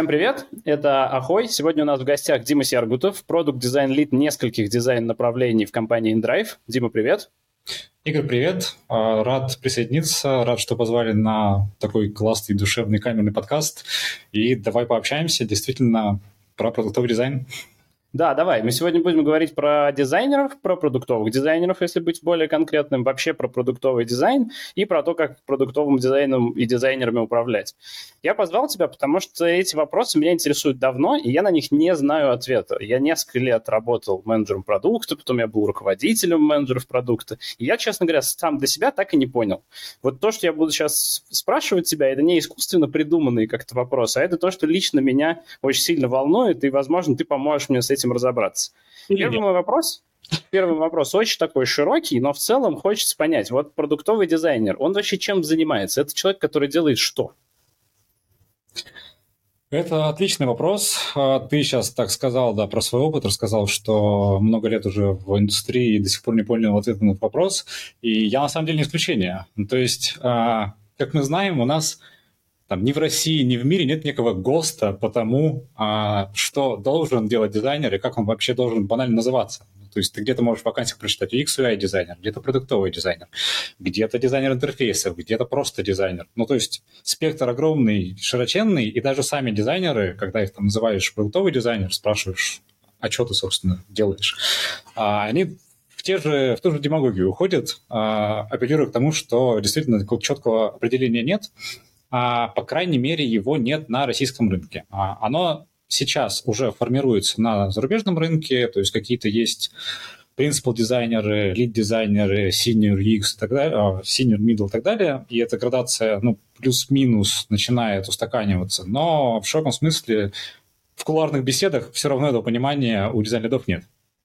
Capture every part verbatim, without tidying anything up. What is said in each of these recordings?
Всем привет, это Ахой. Сегодня у нас в гостях Дима Сергутов, продукт-дизайн-лид нескольких дизайн-направлений в компании InDrive. Дима, привет. Игорь, привет. Рад присоединиться, рад, что позвали на такой классный, душевный, камерный подкаст. И давай пообщаемся действительно про продуктовый дизайн. Да, давай. Мы сегодня будем говорить про дизайнеров, про продуктовых дизайнеров, если быть более конкретным, вообще про продуктовый дизайн и про то, как продуктовым дизайном и дизайнерами управлять. Я позвал тебя, потому что эти вопросы меня интересуют давно, и я на них не знаю ответа. Я несколько лет работал менеджером продукта, потом я был руководителем менеджеров продукта, и я, честно говоря, сам для себя так и не понял. Вот то, что я буду сейчас спрашивать тебя, это не искусственно придуманные как-то вопросы, а это то, что лично меня очень сильно волнует, и, возможно, ты поможешь мне с этим разобраться. Первый мой вопрос, первый вопрос очень такой широкий, но в целом хочется понять, вот продуктовый дизайнер, он вообще чем занимается? Это человек, который делает что? Это отличный вопрос. Ты сейчас так сказал, да, про свой опыт, рассказал, что много лет уже в индустрии и до сих пор не понял ответ на этот вопрос. И я на самом деле не исключение. То есть, как мы знаем, у нас там ни в России, ни в мире нет некого ГОСТа по тому, что должен делать дизайнер и как он вообще должен банально называться. То есть ты где-то можешь в вакансиях прочитать ю экс ю ай дизайнер, где-то продуктовый дизайнер, где-то дизайнер интерфейсов, где-то просто дизайнер. Ну, то есть спектр огромный, широченный, и даже сами дизайнеры, когда их там называешь продуктовый дизайнер, спрашиваешь, а что ты, собственно, делаешь, они в, те же, в ту же демагогию уходят, апеллируя к тому, что действительно такого четкого определения нет, а, по крайней мере, его нет на российском рынке. А, оно сейчас уже формируется на зарубежном рынке, то есть какие-то есть принципал дизайнеры, лид дизайнеры, senior ю экс и так далее, senior middle и так далее, и эта градация, ну, плюс-минус начинает устаканиваться, но в широком смысле в кулуарных беседах все равно этого понимания у дизайн-лидов нет.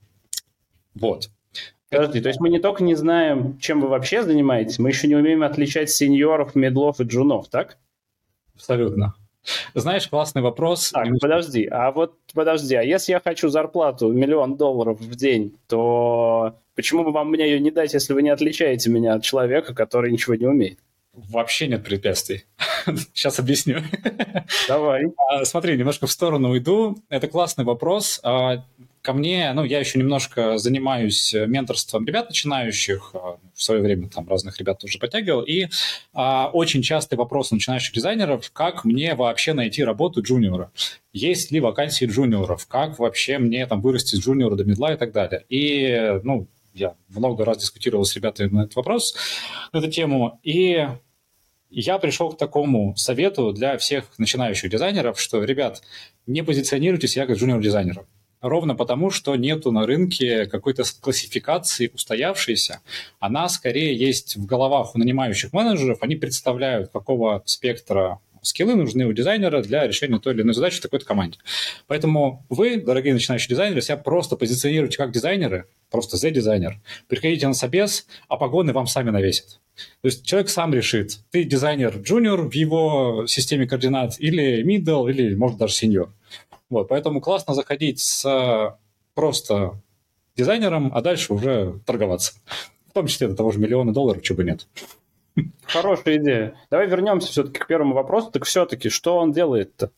Вот. Подожди, то есть мы не только не знаем, чем вы вообще занимаетесь, мы еще не умеем отличать сеньоров, медлов и джунов, так? Абсолютно. Знаешь, классный вопрос. Так, подожди, а вот подожди, а если я хочу зарплату миллион долларов в день, то почему бы вам мне ее не дать, если вы не отличаете меня от человека, который ничего не умеет? Вообще нет препятствий. Сейчас объясню. Давай. Смотри, немножко в сторону уйду. Это классный вопрос. Ко мне, ну, я еще немножко занимаюсь менторством ребят начинающих, в свое время там разных ребят тоже подтягивал, и а, очень частый вопрос начинающих дизайнеров, как мне вообще найти работу джуниора, есть ли вакансии джуниоров, как вообще мне там вырасти с джуниора до мидла и так далее. И, ну, я много раз дискутировал с ребятами на этот вопрос, на эту тему, и я пришел к такому совету для всех начинающих дизайнеров, что, ребят, не позиционируйте себя как джуниор-дизайнера. Ровно потому, что нету на рынке какой-то классификации устоявшейся. Она скорее есть в головах у нанимающих менеджеров. Они представляют, какого спектра скиллы нужны у дизайнера для решения той или иной задачи в такой-то команде. Поэтому вы, дорогие начинающие дизайнеры, себя просто позиционируете как дизайнеры, просто Z-дизайнер. Приходите на собес, а погоны вам сами навесят. То есть человек сам решит, ты дизайнер-джуниор в его системе координат или middle, или, может, даже senior. Вот, поэтому классно заходить с просто дизайнером, а дальше уже торговаться. В том числе до того же миллиона долларов, чего бы нет. Хорошая идея. Давай вернемся все-таки к первому вопросу. Так все-таки, что он делает-то?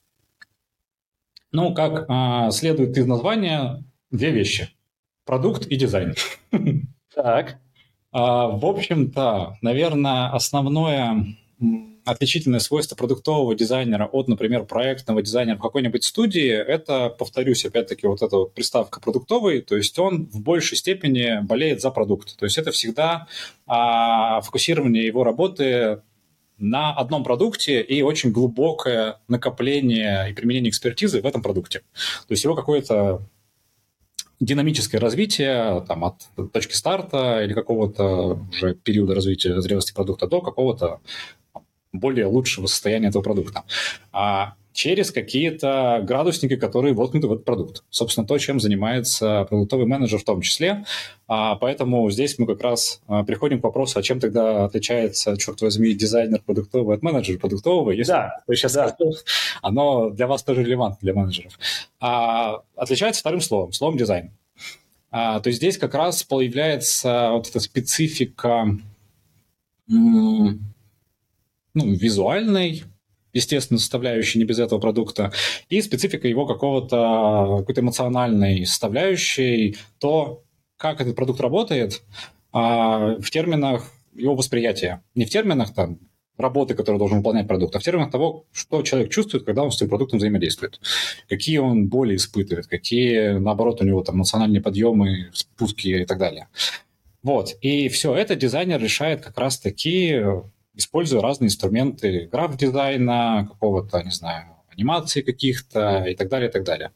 Ну, как а, следует из названия, две вещи. Продукт и дизайн. Так. А, в общем-то, наверное, основное отличительное свойство продуктового дизайнера от, например, проектного дизайнера в какой-нибудь студии, это, повторюсь, опять-таки, вот эта вот приставка продуктовый, то есть он в большей степени болеет за продукт. То есть это всегда а, фокусирование его работы на одном продукте и очень глубокое накопление и применение экспертизы в этом продукте. То есть его какое-то динамическое развитие там, от точки старта или какого-то уже периода развития зрелости продукта до какого-то более лучшего состояния этого продукта, а через какие-то градусники, которые воткнуты в этот продукт. Собственно, то, чем занимается продуктовый менеджер в том числе. А, поэтому здесь мы как раз а, приходим к вопросу, а чем тогда отличается, черт возьми, дизайнер продуктового от менеджера продуктового, если да, я сейчас да. сказал, оно для вас тоже релевантно, для менеджеров. А, отличается вторым словом, словом дизайн. А, то есть здесь как раз появляется вот эта специфика м- ну, визуальной, естественно, составляющей не без этого продукта, и специфика его какого-то, какой-то эмоциональной составляющей, то, как этот продукт работает а, в терминах его восприятия. Не в терминах там работы, которую должен выполнять продукт, а в терминах того, что человек чувствует, когда он с этим продуктом взаимодействует. Какие он боли испытывает, какие, наоборот, у него там эмоциональные подъемы, спуски и так далее. Вот. И все это дизайнер решает как раз-таки, используя разные инструменты граф-дизайна, какого-то, не знаю, анимации каких-то и так далее, и так далее.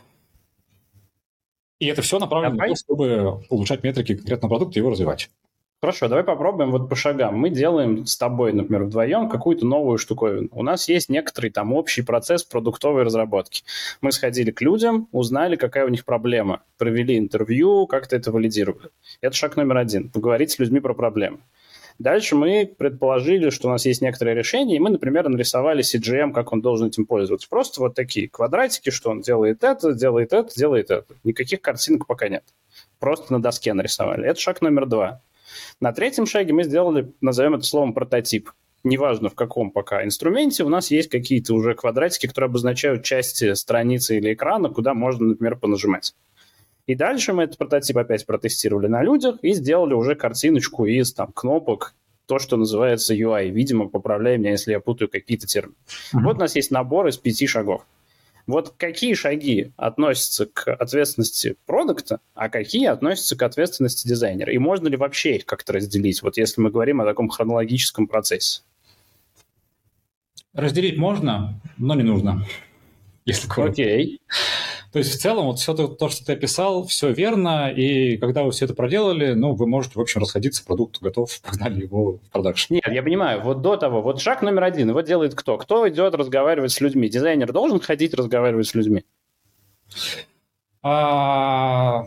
И это все направлено давай. на то, чтобы улучшать метрики конкретного продукта и его развивать. Хорошо, давай попробуем вот по шагам. Мы делаем с тобой, например, вдвоем какую-то новую штуковину. У нас есть некоторый там общий процесс продуктовой разработки. Мы сходили к людям, узнали, какая у них проблема, провели интервью, как-то это валидировали. Это шаг номер один – поговорить с людьми про проблемы. Дальше мы предположили, что у нас есть некоторые решения, и мы, например, нарисовали си джи эм, как он должен этим пользоваться. Просто вот такие квадратики, что он делает это, делает это, делает это. Никаких картинок пока нет. Просто на доске нарисовали. Это шаг номер два. На третьем шаге мы сделали, назовем это словом, прототип. Неважно в каком пока инструменте, у нас есть какие-то уже квадратики, которые обозначают части страницы или экрана, куда можно, например, понажимать. И дальше мы этот прототип опять протестировали на людях и сделали уже картиночку из там, кнопок, то, что называется ю ай. Видимо, поправляй меня, если я путаю какие-то термины. Mm-hmm. Вот у нас есть набор из пяти шагов. Вот какие шаги относятся к ответственности продукта, а какие относятся к ответственности дизайнера? И можно ли вообще их как-то разделить, вот если мы говорим о таком хронологическом процессе? Разделить можно, но не нужно. Если Окей. То есть в целом вот все то, то, что ты описал, все верно, и когда вы все это проделали, ну, вы можете, в общем, расходиться, продукт готов, погнали его в продакшн. Нет, я понимаю, вот до того, вот шаг номер один, его делает кто? Кто идет разговаривать с людьми? Дизайнер должен ходить разговаривать с людьми? А...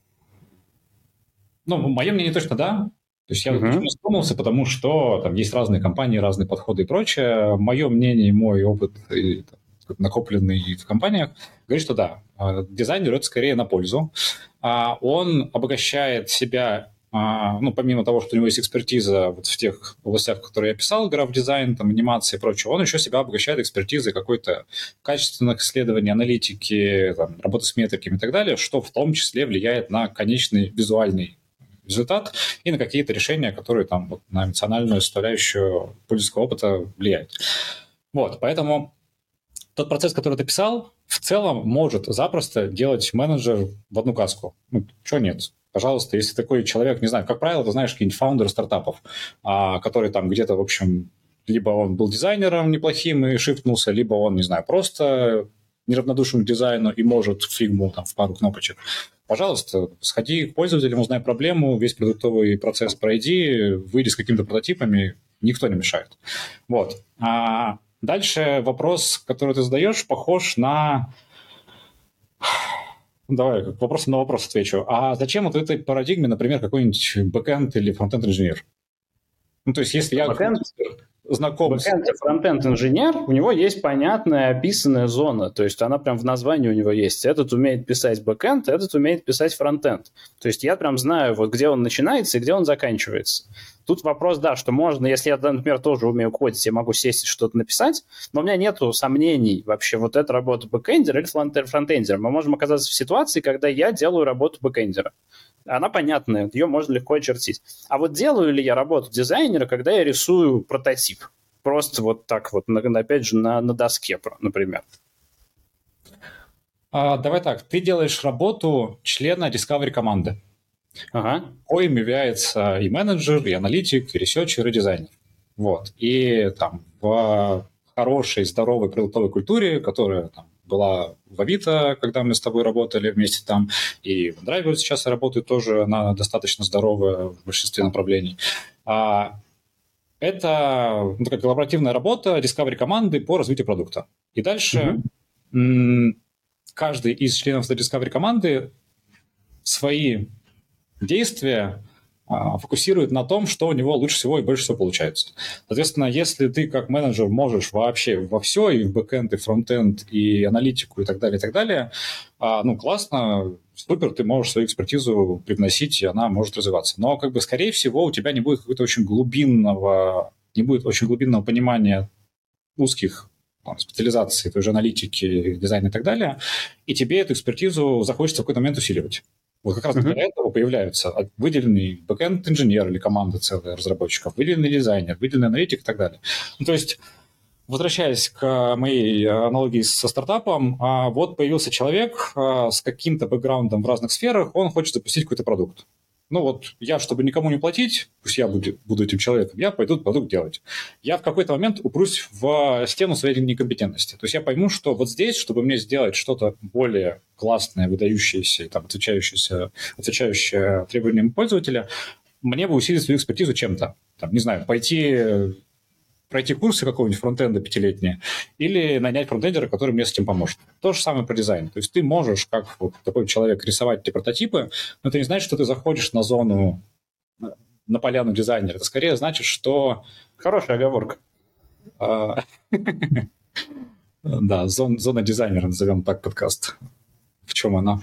Ну, мое мнение точно да. То есть я uh-huh. не вспомнился, потому что там есть разные компании, разные подходы и прочее. Мое мнение, мой опыт и, там, накопленный в компаниях, говорит, что да, дизайнеру это скорее на пользу. Он обогащает себя, ну, помимо того, что у него есть экспертиза вот в тех областях, которые я писал, граф-дизайн, там, анимация и прочее, он еще себя обогащает экспертизой какой-то качественных исследований, аналитики, там, работы с метриками и так далее, что в том числе влияет на конечный визуальный результат и на какие-то решения, которые там вот, на эмоциональную составляющую пользовательского опыта влияют. Вот, поэтому тот процесс, который ты писал, в целом может запросто делать менеджер в одну каску. Ну, чего нет? Пожалуйста, если такой человек, не знаю, как правило, ты знаешь какие-нибудь фаундеры стартапов, а, которые там где-то, в общем, либо он был дизайнером неплохим и шифтнулся, либо он, не знаю, просто неравнодушен к дизайну и может фигму там в пару кнопочек. Пожалуйста, сходи к пользователям, узнай проблему, весь продуктовый процесс пройди, выйди с какими-то прототипами, никто не мешает. Вот. А дальше вопрос, который ты задаешь, похож на... Давай, вопрос на вопрос отвечу. А зачем вот в этой парадигме, например, какой-нибудь бэкэнд или фронтенд-инженер? Ну, то есть, если я бэкэнд, знаком бэкэнд и фронтенд-инженер, у него есть понятная описанная зона, то есть она прям в названии у него есть. Этот умеет писать бэкэнд, этот умеет писать фронтенд. То есть я прям знаю, вот где он начинается и где он заканчивается. Тут вопрос, да, что можно, если я, например, тоже умею кодить, я могу сесть и что-то написать, но у меня нету сомнений вообще, вот это работа бэкэндера или фронтендера. Мы можем оказаться в ситуации, когда я делаю работу бэкэндера. Она понятная, ее можно легко очертить. А вот делаю ли я работу дизайнера, когда я рисую прототип? Просто вот так вот, опять же, на, на доске, например. А, давай так, ты делаешь работу члена Discovery команды. Ага. Коим является и менеджер, и аналитик, и ресерчер, и дизайнер. Вот. И там в хорошей, здоровой продуктовой культуре, которая там была в Авито, когда мы с тобой работали вместе там, и в Драйвере сейчас работает тоже, она достаточно здоровая в большинстве направлений. А это ну, такая коллаборативная работа Discovery команды по развитию продукта. И дальше mm-hmm. м- каждый из членов этой Discovery команды свои действия а, фокусирует на том, что у него лучше всего и больше всего получается. Соответственно, если ты как менеджер можешь вообще во все, и в бэкэнд, и фронтенд, и аналитику, и так далее, и так далее, а, ну, классно, супер, ты можешь свою экспертизу привносить, и она может развиваться. Но, как бы, скорее всего, у тебя не будет какого-то очень глубинного, не будет очень глубинного понимания узких там, специализации, той же аналитики, дизайна и так далее, и тебе эту экспертизу захочется в какой-то момент усиливать. Вот как раз uh-huh. для этого появляются выделенный бэкэнд-инженер или команда целая разработчиков, выделенный дизайнер, выделенный аналитик и так далее. Ну, то есть, возвращаясь к моей аналогии со стартапом, вот появился человек с каким-то бэкграундом в разных сферах, он хочет запустить какой-то продукт. Ну вот я, чтобы никому не платить, пусть я буду, буду этим человеком, я пойду продукт делать. Я в какой-то момент упрусь в стену своей некомпетентности. То есть я пойму, что вот здесь, чтобы мне сделать что-то более классное, выдающееся, там, отвечающее, отвечающее требованиям пользователя, мне бы усилить свою экспертизу чем-то. Там, не знаю, пойти... пройти курсы какого-нибудь фронтенда пятилетние или нанять фронтендера, который мне с этим поможет. То же самое про дизайн. То есть ты можешь, как вот такой человек, рисовать эти прототипы, но это не значит, что ты заходишь на зону, на поляну дизайнера. Это скорее значит, что... Хорошая оговорка. Да, зона дизайнера, назовем так подкаст. В чем она?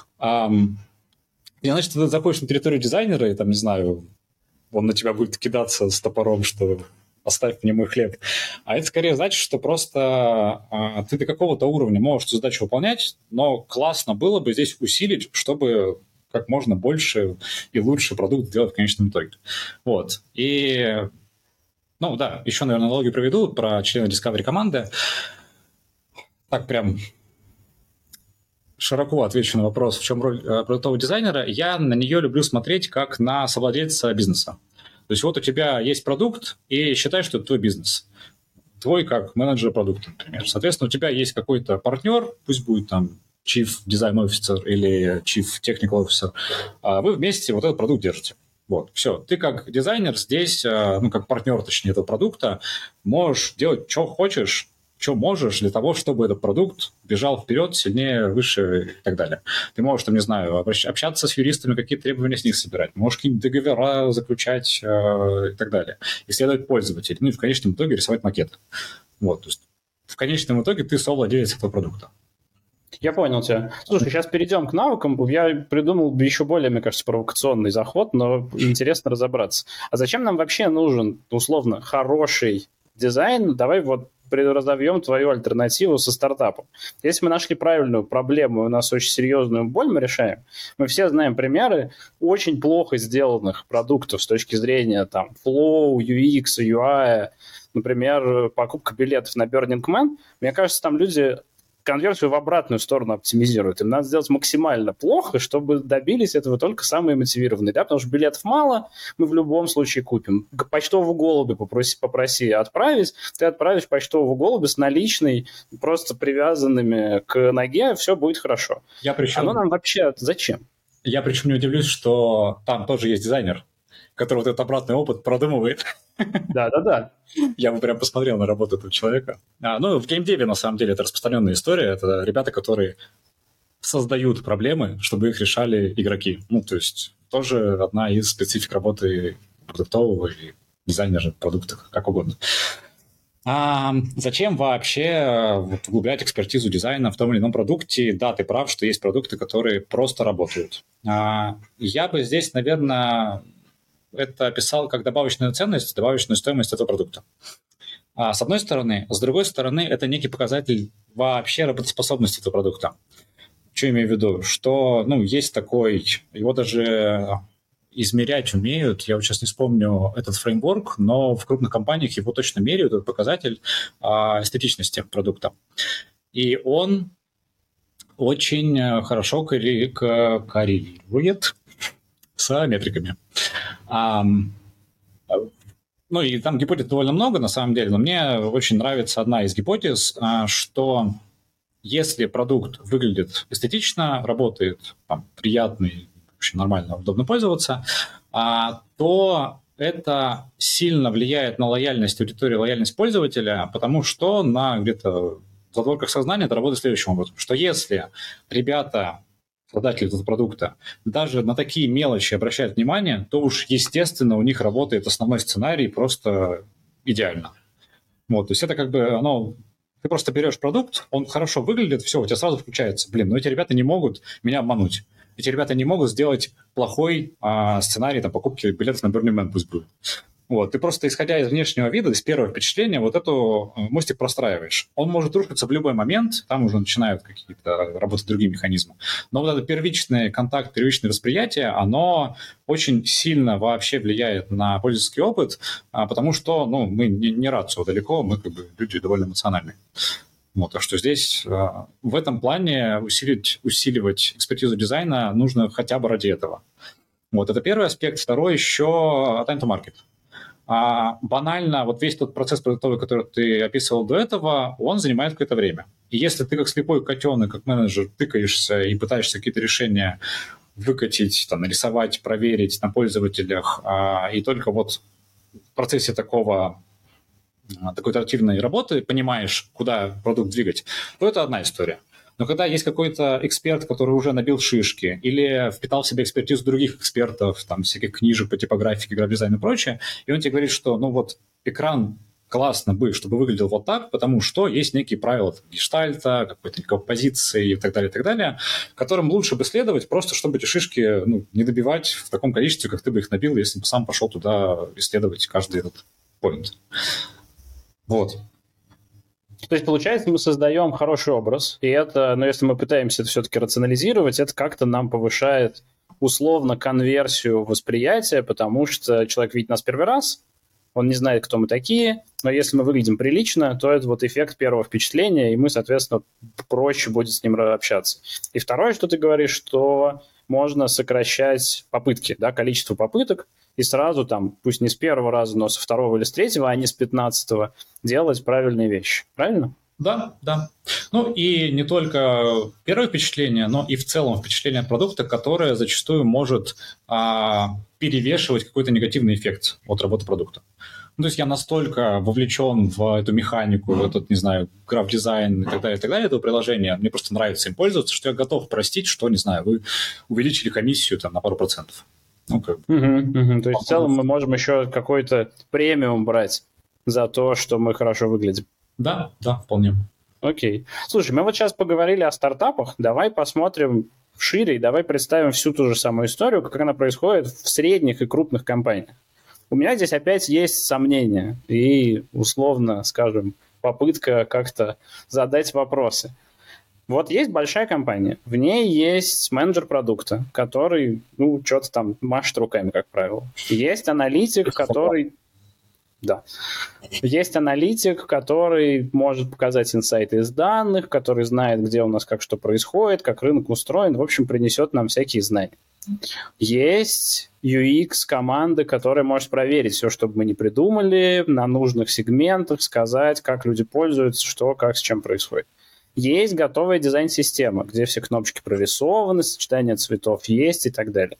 Не значит, что ты заходишь на территорию дизайнера, и там, не знаю, он на тебя будет кидаться с топором, что... оставь мне мой хлеб. А это скорее значит, что просто а, ты до какого-то уровня можешь эту задачу выполнять, но классно было бы здесь усилить, чтобы как можно больше и лучше продукт сделать в конечном итоге. Вот. И, ну да, еще, наверное, аналогию проведу про члена Discovery команды. Так прям широко отвечу на вопрос, в чем роль продуктового дизайнера. Я на нее люблю смотреть как на совладельца бизнеса. То есть вот у тебя есть продукт, и считай, что это твой бизнес. Твой как менеджер продукта, например. Соответственно, у тебя есть какой-то партнер, пусть будет там Chief Design Officer или Chief Technical Officer. А вы вместе вот этот продукт держите. Вот, все. Ты как дизайнер здесь, ну, как партнер, точнее, этого продукта, можешь делать, что хочешь, что можешь для того, чтобы этот продукт бежал вперед, сильнее, выше и так далее. Ты можешь, там, не знаю, общаться с юристами, какие требования с них собирать, можешь какие-нибудь договора заключать э, и так далее, исследовать пользователей, ну и в конечном итоге рисовать макеты. Вот, то есть в конечном итоге ты совладелец этого продукта. Я понял тебя. Слушай, сейчас перейдем к навыкам. Я придумал еще более, мне кажется, провокационный заход, но интересно разобраться. А зачем нам вообще нужен, условно, хороший дизайн? Давай вот разовьем твою альтернативу со стартапом. Если мы нашли правильную проблему, у нас очень серьезную боль мы решаем, мы все знаем примеры очень плохо сделанных продуктов с точки зрения там flow, ю экс, ю ай, например, покупка билетов на Burning Man. Мне кажется, там люди конверсию в обратную сторону оптимизируют. Им надо сделать максимально плохо, чтобы добились этого только самые мотивированные. Да? Потому что билетов мало, мы в любом случае купим. Почтового голубя попроси, попроси отправить, ты отправишь почтового голубя с наличной, просто привязанными к ноге, все будет хорошо. Я причем... Оно нам вообще зачем? Я причем не удивлюсь, что там тоже есть дизайнер, который вот этот обратный опыт продумывает. Да-да-да. Я бы прям посмотрел на работу этого человека. А, ну, в геймдеве, на самом деле, это распространенная история. Это ребята, которые создают проблемы, чтобы их решали игроки. Ну, то есть тоже одна из специфик работы продуктового и дизайнера продукта, как угодно. А зачем вообще вот, углублять экспертизу дизайна в том или ином продукте? Да, ты прав, что есть продукты, которые просто работают. А, я бы здесь, наверное... это описал как добавочную ценность, добавочную стоимость этого продукта. А с одной стороны. С другой стороны, это некий показатель вообще работоспособности этого продукта. Что имею в виду? Что, ну, есть такой, его даже измерять умеют. Я вот сейчас не вспомню этот фреймворк, но в крупных компаниях его точно меряют, этот показатель а, эстетичности продукта. И он очень хорошо корре- коррелирует с метриками. А, ну и там гипотез довольно много, на самом деле, но мне очень нравится одна из гипотез, что если продукт выглядит эстетично, работает там, приятный, очень нормально, удобно пользоваться, то это сильно влияет на лояльность аудитории, лояльность пользователя, потому что на где-то в задворках сознания это работает следующим образом, что если ребята... создатели этого продукта, даже на такие мелочи обращают внимание, то уж, естественно, у них работает основной сценарий просто идеально. Вот, то есть это как бы, оно, ты просто берешь продукт, он хорошо выглядит, все, у тебя сразу включается, блин, но эти ребята не могут меня обмануть. Эти ребята не могут сделать плохой а, сценарий там, покупки билетов на Burning Man, пусть будет. Вот, ты просто, исходя из внешнего вида, из первого впечатления, вот эту мостик простраиваешь. Он может рушиться в любой момент, там уже начинают какие-то работать другие механизмы. Но вот этот первичный контакт, первичное восприятие, оно очень сильно вообще влияет на пользовательский опыт, потому что, ну, мы не, не рацио далеко, мы как бы люди довольно эмоциональные. Вот, так что здесь в этом плане усилить, усиливать экспертизу дизайна нужно хотя бы ради этого. Вот, это первый аспект. Второй еще time to market. А банально, вот весь тот процесс продуктовый, который ты описывал до этого, он занимает какое-то время. И если ты как слепой котенок, как менеджер, тыкаешься и пытаешься какие-то решения выкатить, там, нарисовать, проверить на пользователях, а, и только вот в процессе такого, такой итеративной работы понимаешь, куда продукт двигать, то это одна история. Но когда есть какой-то эксперт, который уже набил шишки или впитал в себя экспертизу других экспертов, там, всяких книжек по типографике, граф-дизайну и прочее, и он тебе говорит, что, ну вот, экран классно бы, чтобы выглядел вот так, потому что есть некие правила там, гештальта, какой-то композиции и так далее, и так далее, которым лучше бы следовать, просто чтобы эти шишки, ну, не добивать в таком количестве, как ты бы их набил, если бы сам пошел туда исследовать каждый этот поинт. Вот. То есть, получается, мы создаем хороший образ, и это, ну, если мы пытаемся это все-таки рационализировать, это как-то нам повышает условно конверсию восприятия, потому что человек видит нас первый раз, он не знает, кто мы такие, но если мы выглядим прилично, то это вот эффект первого впечатления, и мы, соответственно, проще будет с ним общаться. И второе, что ты говоришь, что можно сокращать попытки, да, количество попыток, и сразу там, пусть не с первого раза, но со второго или с третьего, а не с пятнадцатого, делать правильные вещи. Правильно? Да, да. Ну и не только первое впечатление, но и в целом впечатление от продукта, которое зачастую может а, перевешивать какой-то негативный эффект от работы продукта. Ну, то есть я настолько вовлечен в эту механику, в этот, не знаю, граф-дизайн и так далее, и так далее, этого приложения, мне просто нравится им пользоваться, что я готов простить, что, не знаю, вы увеличили комиссию там на пару процентов. Ну, как бы. Угу, угу. То есть в целом мы можем еще какой-то премиум брать за то, что мы хорошо выглядим. Да, да, вполне. Окей. Слушай, мы вот сейчас поговорили о стартапах. Давай посмотрим шире и давай представим всю ту же самую историю, как она происходит в средних и крупных компаниях. У меня здесь опять есть сомнения и, условно, скажем, попытка как-то задать вопросы. Вот есть большая компания, в ней есть менеджер продукта, который, ну, что-то там машет руками, как правило. Есть аналитик, который... Да. Есть аналитик, который может показать инсайты из данных, который знает, где у нас как что происходит, как рынок устроен, в общем, принесет нам всякие знания. Есть ю экс-команда, которая может проверить все, что бы мы ни придумали, на нужных сегментах сказать, как люди пользуются, что, как, с чем происходит. Есть готовая дизайн-система, где все кнопочки прорисованы, сочетание цветов есть и так далее.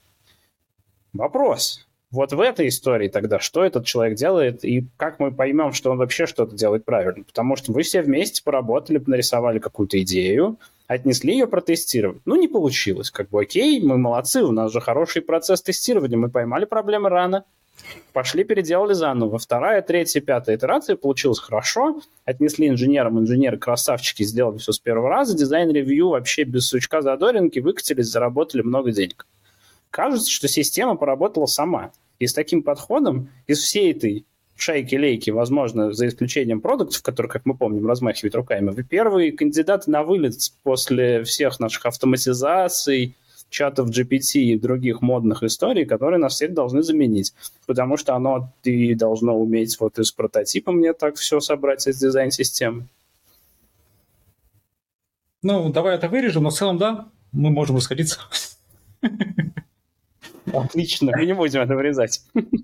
Вопрос. Вот в этой истории тогда, что этот человек делает и как мы поймем, что он вообще что-то делает правильно? Потому что вы все вместе поработали, нарисовали какую-то идею, отнесли ее протестировать. Ну, не получилось. Как бы окей, мы молодцы, у нас же хороший процесс тестирования, мы поймали проблемы рано, пошли, переделали заново. Вторая, третья, пятая итерация получилось хорошо. Отнесли инженерам, инженеры красавчики, сделали все с первого раза. Дизайн-ревью вообще без сучка задоринки, выкатились, заработали много денег. Кажется, что система поработала сама. И с таким подходом из всей этой шайки-лейки, возможно, за исключением продуктов, которые, как мы помним, размахивают руками, вы первый кандидат на вылет после всех наших автоматизаций, чатов джи пи ти и других модных историй, которые нас всех должны заменить. Потому что оно и должно уметь вот из прототипа мне так все собрать из дизайн-системы. Ну, давай это вырежем, но в целом, да, мы можем расходиться. Отлично, мы не будем это вырезать.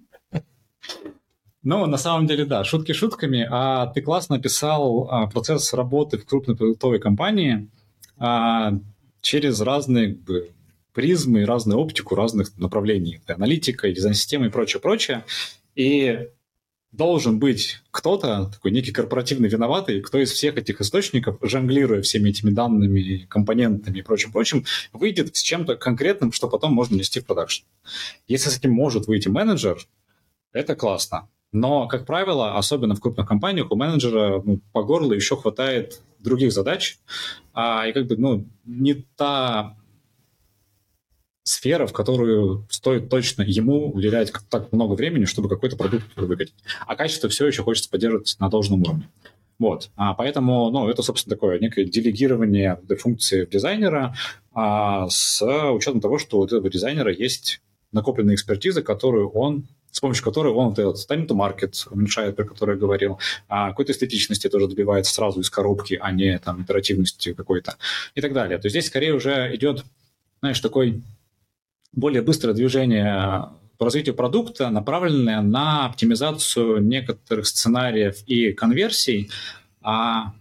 Ну, на самом деле, да, шутки шутками. А ты классно описал а, процесс работы в крупной продуктовой компании а, через разные как бы, призмы, разную оптику разных направлений. Аналитика, дизайн-системы и прочее, прочее. И должен быть кто-то, такой некий корпоративный виноватый, кто из всех этих источников, жонглируя всеми этими данными, компонентами и прочим-прочим, выйдет с чем-то конкретным, что потом можно нести в продакшн. Если с этим может выйти менеджер, это классно. Но, как правило, особенно в крупных компаниях, у менеджера ну, по горло еще хватает других задач, а, и как бы ну, не та сфера, в которую стоит точно ему уделять так много времени, чтобы какой-то продукт выкатить. А качество все еще хочется поддерживать на должном уровне. Вот. А поэтому, ну, это, собственно, такое некое делегирование функции дизайнера а, с учетом того, что у этого дизайнера есть накопленная экспертиза, которую он, с помощью которой он вот этот time to market уменьшает, про который я говорил, а какой-то эстетичности тоже добивается сразу из коробки, а не там оперативности какой-то и так далее. То есть здесь скорее уже идет, знаешь, такой более быстрое движение по развитию продукта, направленное на оптимизацию некоторых сценариев и конверсий а,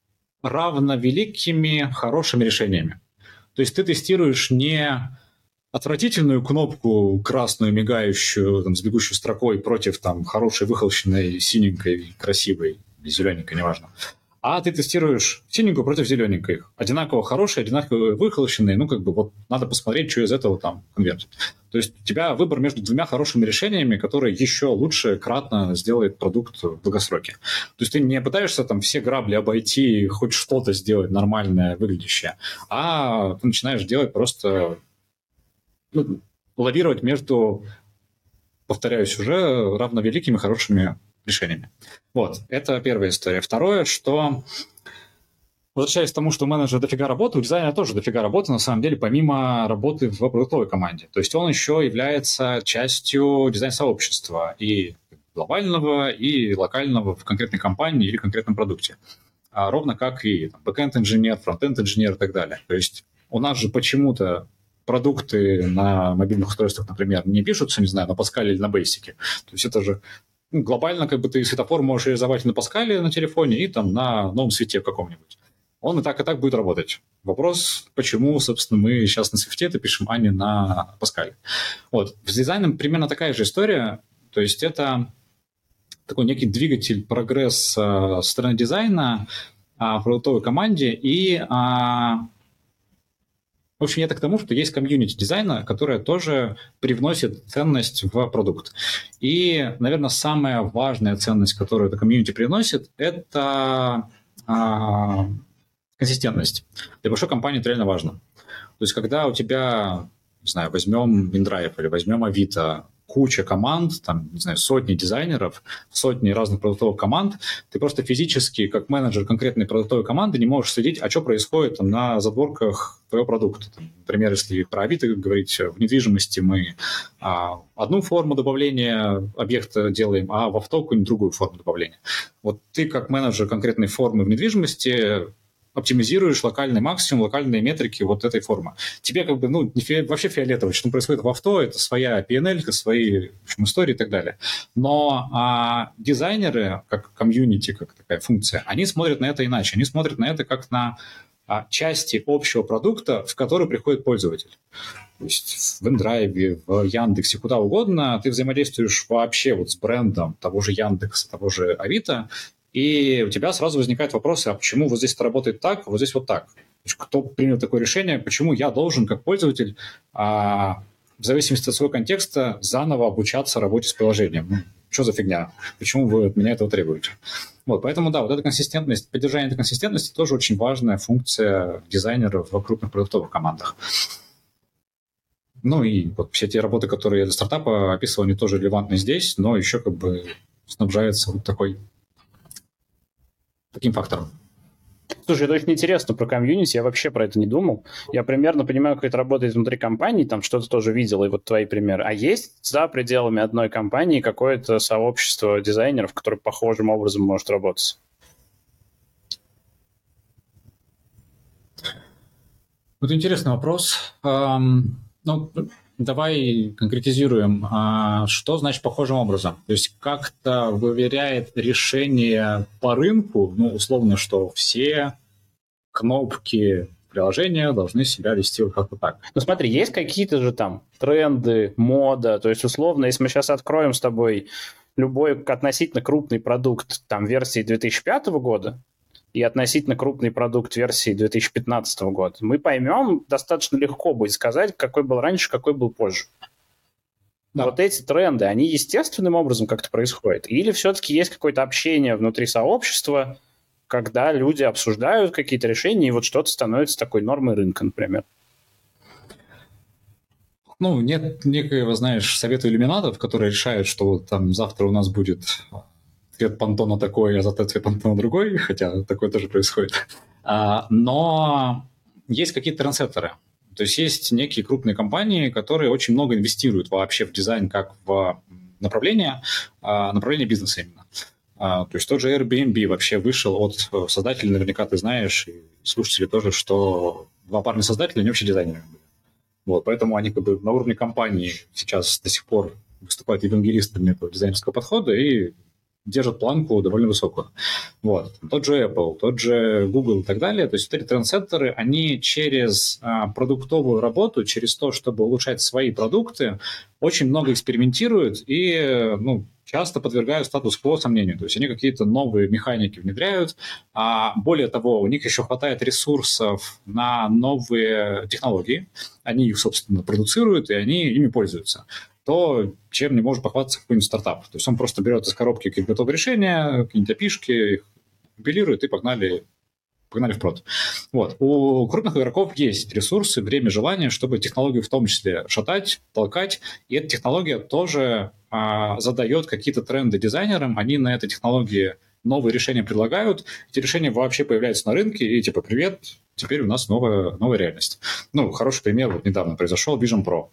равновеликими хорошими решениями. То есть ты тестируешь не отвратительную кнопку красную, мигающую, там, с бегущей строкой против там, хорошей, выхолощенной, синенькой, красивой, зелененькой, неважно. А ты тестируешь синенькую против зелененькой. Одинаково хорошие, одинаково выхолощенные. Ну, как бы вот надо посмотреть, что из этого там конвертит. То есть у тебя выбор между двумя хорошими решениями, которые еще лучше кратно сделает продукт в долгосроке. То есть ты не пытаешься там все грабли обойти, хоть что-то сделать нормальное, выглядящее, а ты начинаешь делать просто... Ну, лавировать между, повторяюсь уже, равновеликими хорошими решениями. Вот, это первая история. Второе, что, возвращаясь к тому, что у менеджера дофига работы, у дизайнера тоже дофига работы, на самом деле, помимо работы в продуктовой команде. То есть он еще является частью дизайн-сообщества и глобального, и локального в конкретной компании или конкретном продукте. А ровно как и бэкэнд-инженер, фронтенд-инженер и так далее. То есть у нас же почему-то продукты на мобильных устройствах, например, не пишутся, не знаю, на Паскале или на Бейсике. То есть это же ну, глобально, как бы ты светофор можешь реализовать на Паскале на телефоне и там на новом свете каком-нибудь. Он и так, и так будет работать. Вопрос, почему, собственно, мы сейчас на свифте это пишем, а не на Паскале. Вот. С дизайном примерно такая же история. То есть это такой некий двигатель прогресса со стороны дизайна а, в продуктовой команде и... А, В общем, это к тому, что есть комьюнити дизайна, которая тоже привносит ценность в продукт. И, наверное, самая важная ценность, которую это комьюнити приносит, это а, консистентность. Для большой компании это реально важно. То есть, когда у тебя, не знаю, возьмем InDrive или возьмем Авито, куча команд, там, не знаю, сотни дизайнеров, сотни разных продуктовых команд, ты просто физически, как менеджер конкретной продуктовой команды, не можешь следить, а что происходит там, на задворках твоего продукта. Там, например, если про Авито говорить, в недвижимости мы а, одну форму добавления объекта делаем, а в авто какую-нибудь другую форму добавления. Вот ты, как менеджер конкретной формы в недвижимости, оптимизируешь локальный максимум, локальные метрики вот этой формы. Тебе как бы, ну, не фи- вообще фиолетово, что происходит в авто, это своя пи эн эл, свои, в общем, истории и так далее. Но а, дизайнеры, как комьюнити, как такая функция, они смотрят на это иначе. Они смотрят на это как на а, части общего продукта, в который приходит пользователь. То есть в InDrive, в Яндексе, куда угодно, ты взаимодействуешь вообще вот с брендом того же Яндекса, того же Авито, и у тебя сразу возникают вопросы, а почему вот здесь это работает так, а вот здесь вот так? Кто принял такое решение, почему я должен, как пользователь, а, в зависимости от своего контекста, заново обучаться работе с приложением? Ну, что за фигня? Почему вы от меня этого требуете? Вот, поэтому, да, вот эта консистентность, поддержание этой консистентности тоже очень важная функция дизайнеров в крупных продуктовых командах. Ну и вот все те работы, которые я для стартапа описывал, они тоже релевантны здесь, но еще как бы снабжается вот такой таким фактором. Слушай, это очень интересно про комьюнити, я вообще про это не думал. Я примерно понимаю, как это работает внутри компании, там что-то тоже видел, и вот твои примеры. А есть за пределами одной компании какое-то сообщество дизайнеров, которое похожим образом может работать? Вот интересный вопрос. Um, ну, давай конкретизируем, а что значит похожим образом? То есть как-то выверяет решение по рынку, ну, условно, что все кнопки приложения должны себя вести вот как-то так. Ну смотри, есть какие-то же там тренды, мода, то есть условно, если мы сейчас откроем с тобой любой относительно крупный продукт там версии две тысячи пятого года, и относительно крупный продукт версии две тысячи пятнадцатого года, мы поймем, достаточно легко будет сказать, какой был раньше, какой был позже. Да. Вот эти тренды, они естественным образом как-то происходят? Или все-таки есть какое-то общение внутри сообщества, когда люди обсуждают какие-то решения, и вот что-то становится такой нормой рынка, например? Ну, нет некоего, знаешь, совета иллюминатов, которые решают, что вот там завтра у нас будет цвет понтона такой, а завтра цвет понтона другой, хотя такое тоже происходит. А, но есть какие-то трендсеттеры. То есть есть некие крупные компании, которые очень много инвестируют вообще в дизайн как в направление, а, направление бизнеса именно. А, то есть тот же Airbnb вообще вышел от создателей, наверняка ты знаешь, и слушатели тоже, что два парня создателя, они вообще дизайнеры были. Вот, поэтому они как бы на уровне компании сейчас до сих пор выступают евангелистами этого дизайнерского подхода и держат планку довольно высокую. Вот. Тот же Apple, тот же Google и так далее. То есть вот эти трендсеттеры, они через а, продуктовую работу, через то, чтобы улучшать свои продукты, очень много экспериментируют и ну, часто подвергают статус-кво сомнению. То есть они какие-то новые механики внедряют. А более того, у них еще хватает ресурсов на новые технологии. Они их, собственно, продуцируют, и они ими пользуются. То, чем не может похвастаться какой-нибудь стартап. То есть он просто берет из коробки какие-то готовые решения, какие-нибудь опишки, их компилирует и погнали, погнали в прод. Вот. У крупных игроков есть ресурсы, время, желание, чтобы технологию в том числе шатать, толкать, и эта технология тоже а, задает какие-то тренды дизайнерам, они на этой технологии новые решения предлагают, эти решения вообще появляются на рынке, и типа, привет, теперь у нас новая, новая реальность. Ну, хороший пример вот недавно произошел, Vision Pro.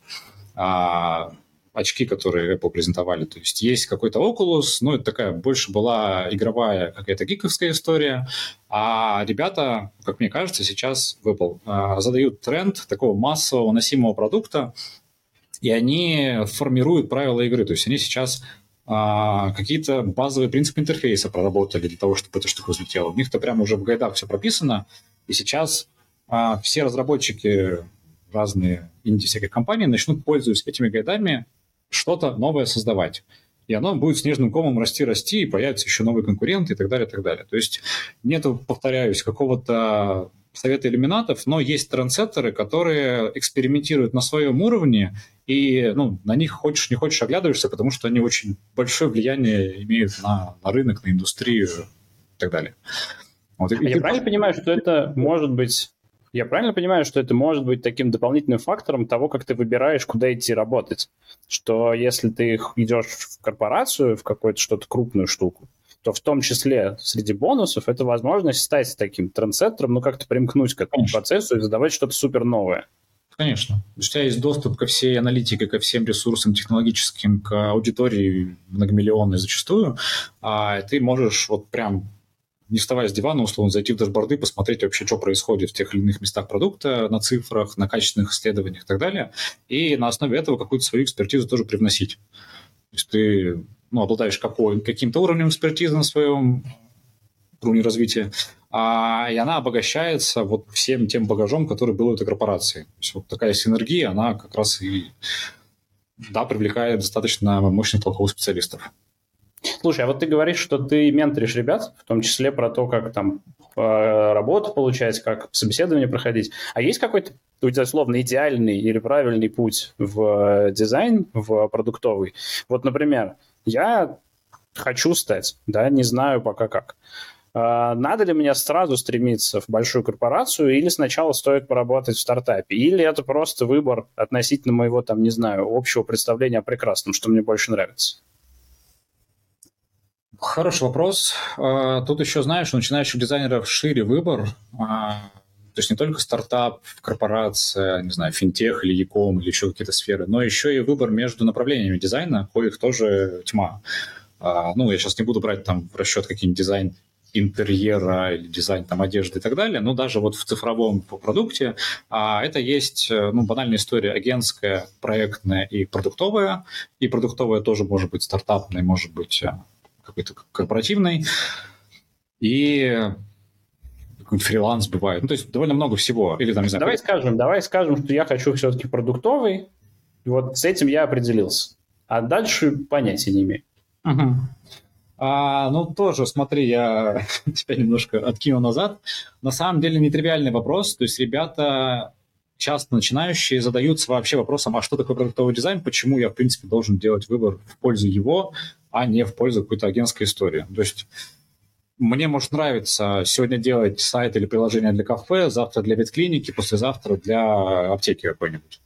А, очки, которые Apple презентовали. То есть есть какой-то Oculus, но это такая больше была игровая какая-то гиковская история, а ребята, как мне кажется, сейчас в Apple задают тренд такого массового носимого продукта, и они формируют правила игры. То есть они сейчас а, какие-то базовые принципы интерфейса проработали для того, чтобы эта штука взлетела. У них-то прямо уже в гайдах все прописано, и сейчас а, все разработчики разные инди всяких компаний начнут, пользуясь этими гайдами, что-то новое создавать. И оно будет снежным комом расти-расти, и появятся еще новые конкуренты и так далее, и так далее. То есть нету, повторяюсь, какого-то совета иллюминатов, но есть трендсеттеры, которые экспериментируют на своем уровне, и ну, на них хочешь не хочешь оглядываешься, потому что они очень большое влияние имеют на, на рынок, на индустрию и так далее. Вот. Я ты... правильно понимаю, что это может быть... Я правильно понимаю, что это может быть таким дополнительным фактором того, как ты выбираешь, куда идти работать? Что если ты идешь в корпорацию, в какую-то что-то крупную штуку, то в том числе среди бонусов это возможность стать таким трендсеттером, ну как-то примкнуть к этому Конечно. процессу и задавать что-то супер новое. Конечно. У тебя есть доступ ко всей аналитике, ко всем ресурсам технологическим, к аудитории многомиллионной зачастую, а ты можешь вот прям... не вставая с дивана, условно, зайти в дашборды, посмотреть вообще, что происходит в тех или иных местах продукта, на цифрах, на качественных исследованиях и так далее, и на основе этого какую-то свою экспертизу тоже привносить. То есть ты ну, обладаешь какой, каким-то уровнем экспертизы на своем уровне развития, а, и она обогащается вот всем тем багажом, который был у этой корпорации. То есть вот такая синергия, она как раз и да, привлекает достаточно мощных толковых специалистов. Слушай, а вот ты говоришь, что ты менторишь ребят, в том числе про то, как там работу получать, как собеседование проходить. А есть какой-то, у тебя условно, идеальный или правильный путь в дизайн, в продуктовый? Вот, например, я хочу стать, да, не знаю пока как. Надо ли мне сразу стремиться в большую корпорацию или сначала стоит поработать в стартапе? Или это просто выбор относительно моего, там, не знаю, общего представления о прекрасном, что мне больше нравится? Хороший вопрос. Тут еще, знаешь, у начинающих дизайнеров шире выбор. То есть не только стартап, корпорация, не знаю, финтех или e-com или еще какие-то сферы, но еще и выбор между направлениями дизайна, коих тоже тьма. Ну, я сейчас не буду брать там в расчет какие-нибудь дизайн интерьера или дизайн там одежды и так далее, но даже вот в цифровом продукте а, это есть ну, банальная история агентская, проектная и продуктовая. И продуктовая тоже может быть стартапной, может быть какой-то корпоративной. И какой-то фриланс бывает. Ну, то есть довольно много всего. Или, там, не знаю, давай, какой-то... скажем, давай скажем, что я хочу все-таки продуктовый. Вот с этим я определился. А дальше понятия не имею. Угу. А, ну, тоже, смотри, я тебя немножко откину назад. На самом деле нетривиальный вопрос. То есть ребята, часто начинающие, задаются вообще вопросом, а что такое продуктовый дизайн, почему я, в принципе, должен делать выбор в пользу его, а не в пользу какой-то агентской истории. То есть мне может нравиться сегодня делать сайт или приложение для кафе, завтра для ветклиники, послезавтра для аптеки какой-нибудь.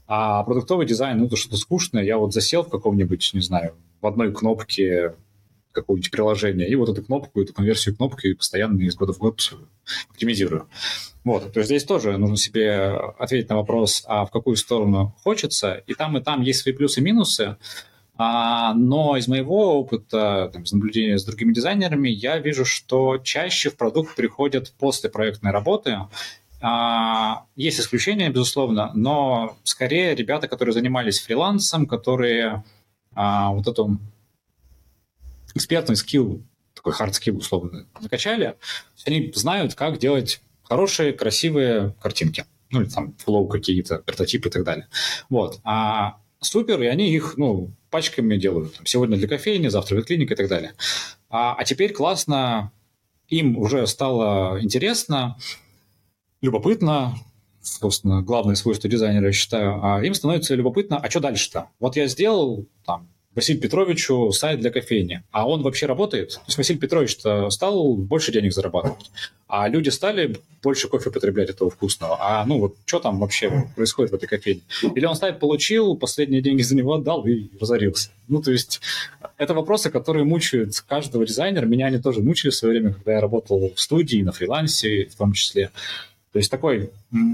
А продуктовый дизайн, ну, это что-то скучное. Я вот засел в каком-нибудь, не знаю, в одной кнопке какого-нибудь приложения, и вот эту кнопку, эту конверсию кнопки постоянно из года в год оптимизирую. Вот, то есть здесь тоже нужно себе ответить на вопрос, а в какую сторону хочется. И там, и там есть свои плюсы и минусы. А, но из моего опыта, там, из наблюдения с другими дизайнерами, я вижу, что чаще в продукт приходят после проектной работы. А, есть исключения, безусловно, но скорее ребята, которые занимались фрилансом, которые а, вот эту экспертный скилл, такой hard skill условно, закачали, они знают, как делать хорошие, красивые картинки. Ну, или там флоу какие-то, прототипы и так далее. Вот. А супер, и они их, ну, пачками делают. Там, сегодня для кофейни, завтра для клиники и так далее. А, а теперь классно, им уже стало интересно, любопытно, собственно, главное свойство дизайнера, я считаю, а им становится любопытно, а что дальше-то? Вот я сделал там Василию Петровичу сайт для кофейни, а он вообще работает? То есть Василий Петрович-то стал больше денег зарабатывать, а люди стали больше кофе потреблять этого вкусного. А ну вот что там вообще происходит в этой кофейне? Или он сайт получил, последние деньги за него отдал и разорился? Ну, то есть это вопросы, которые мучают каждого дизайнера. Меня они тоже мучили в свое время, когда я работал в студии, на фрилансе в том числе. То есть такой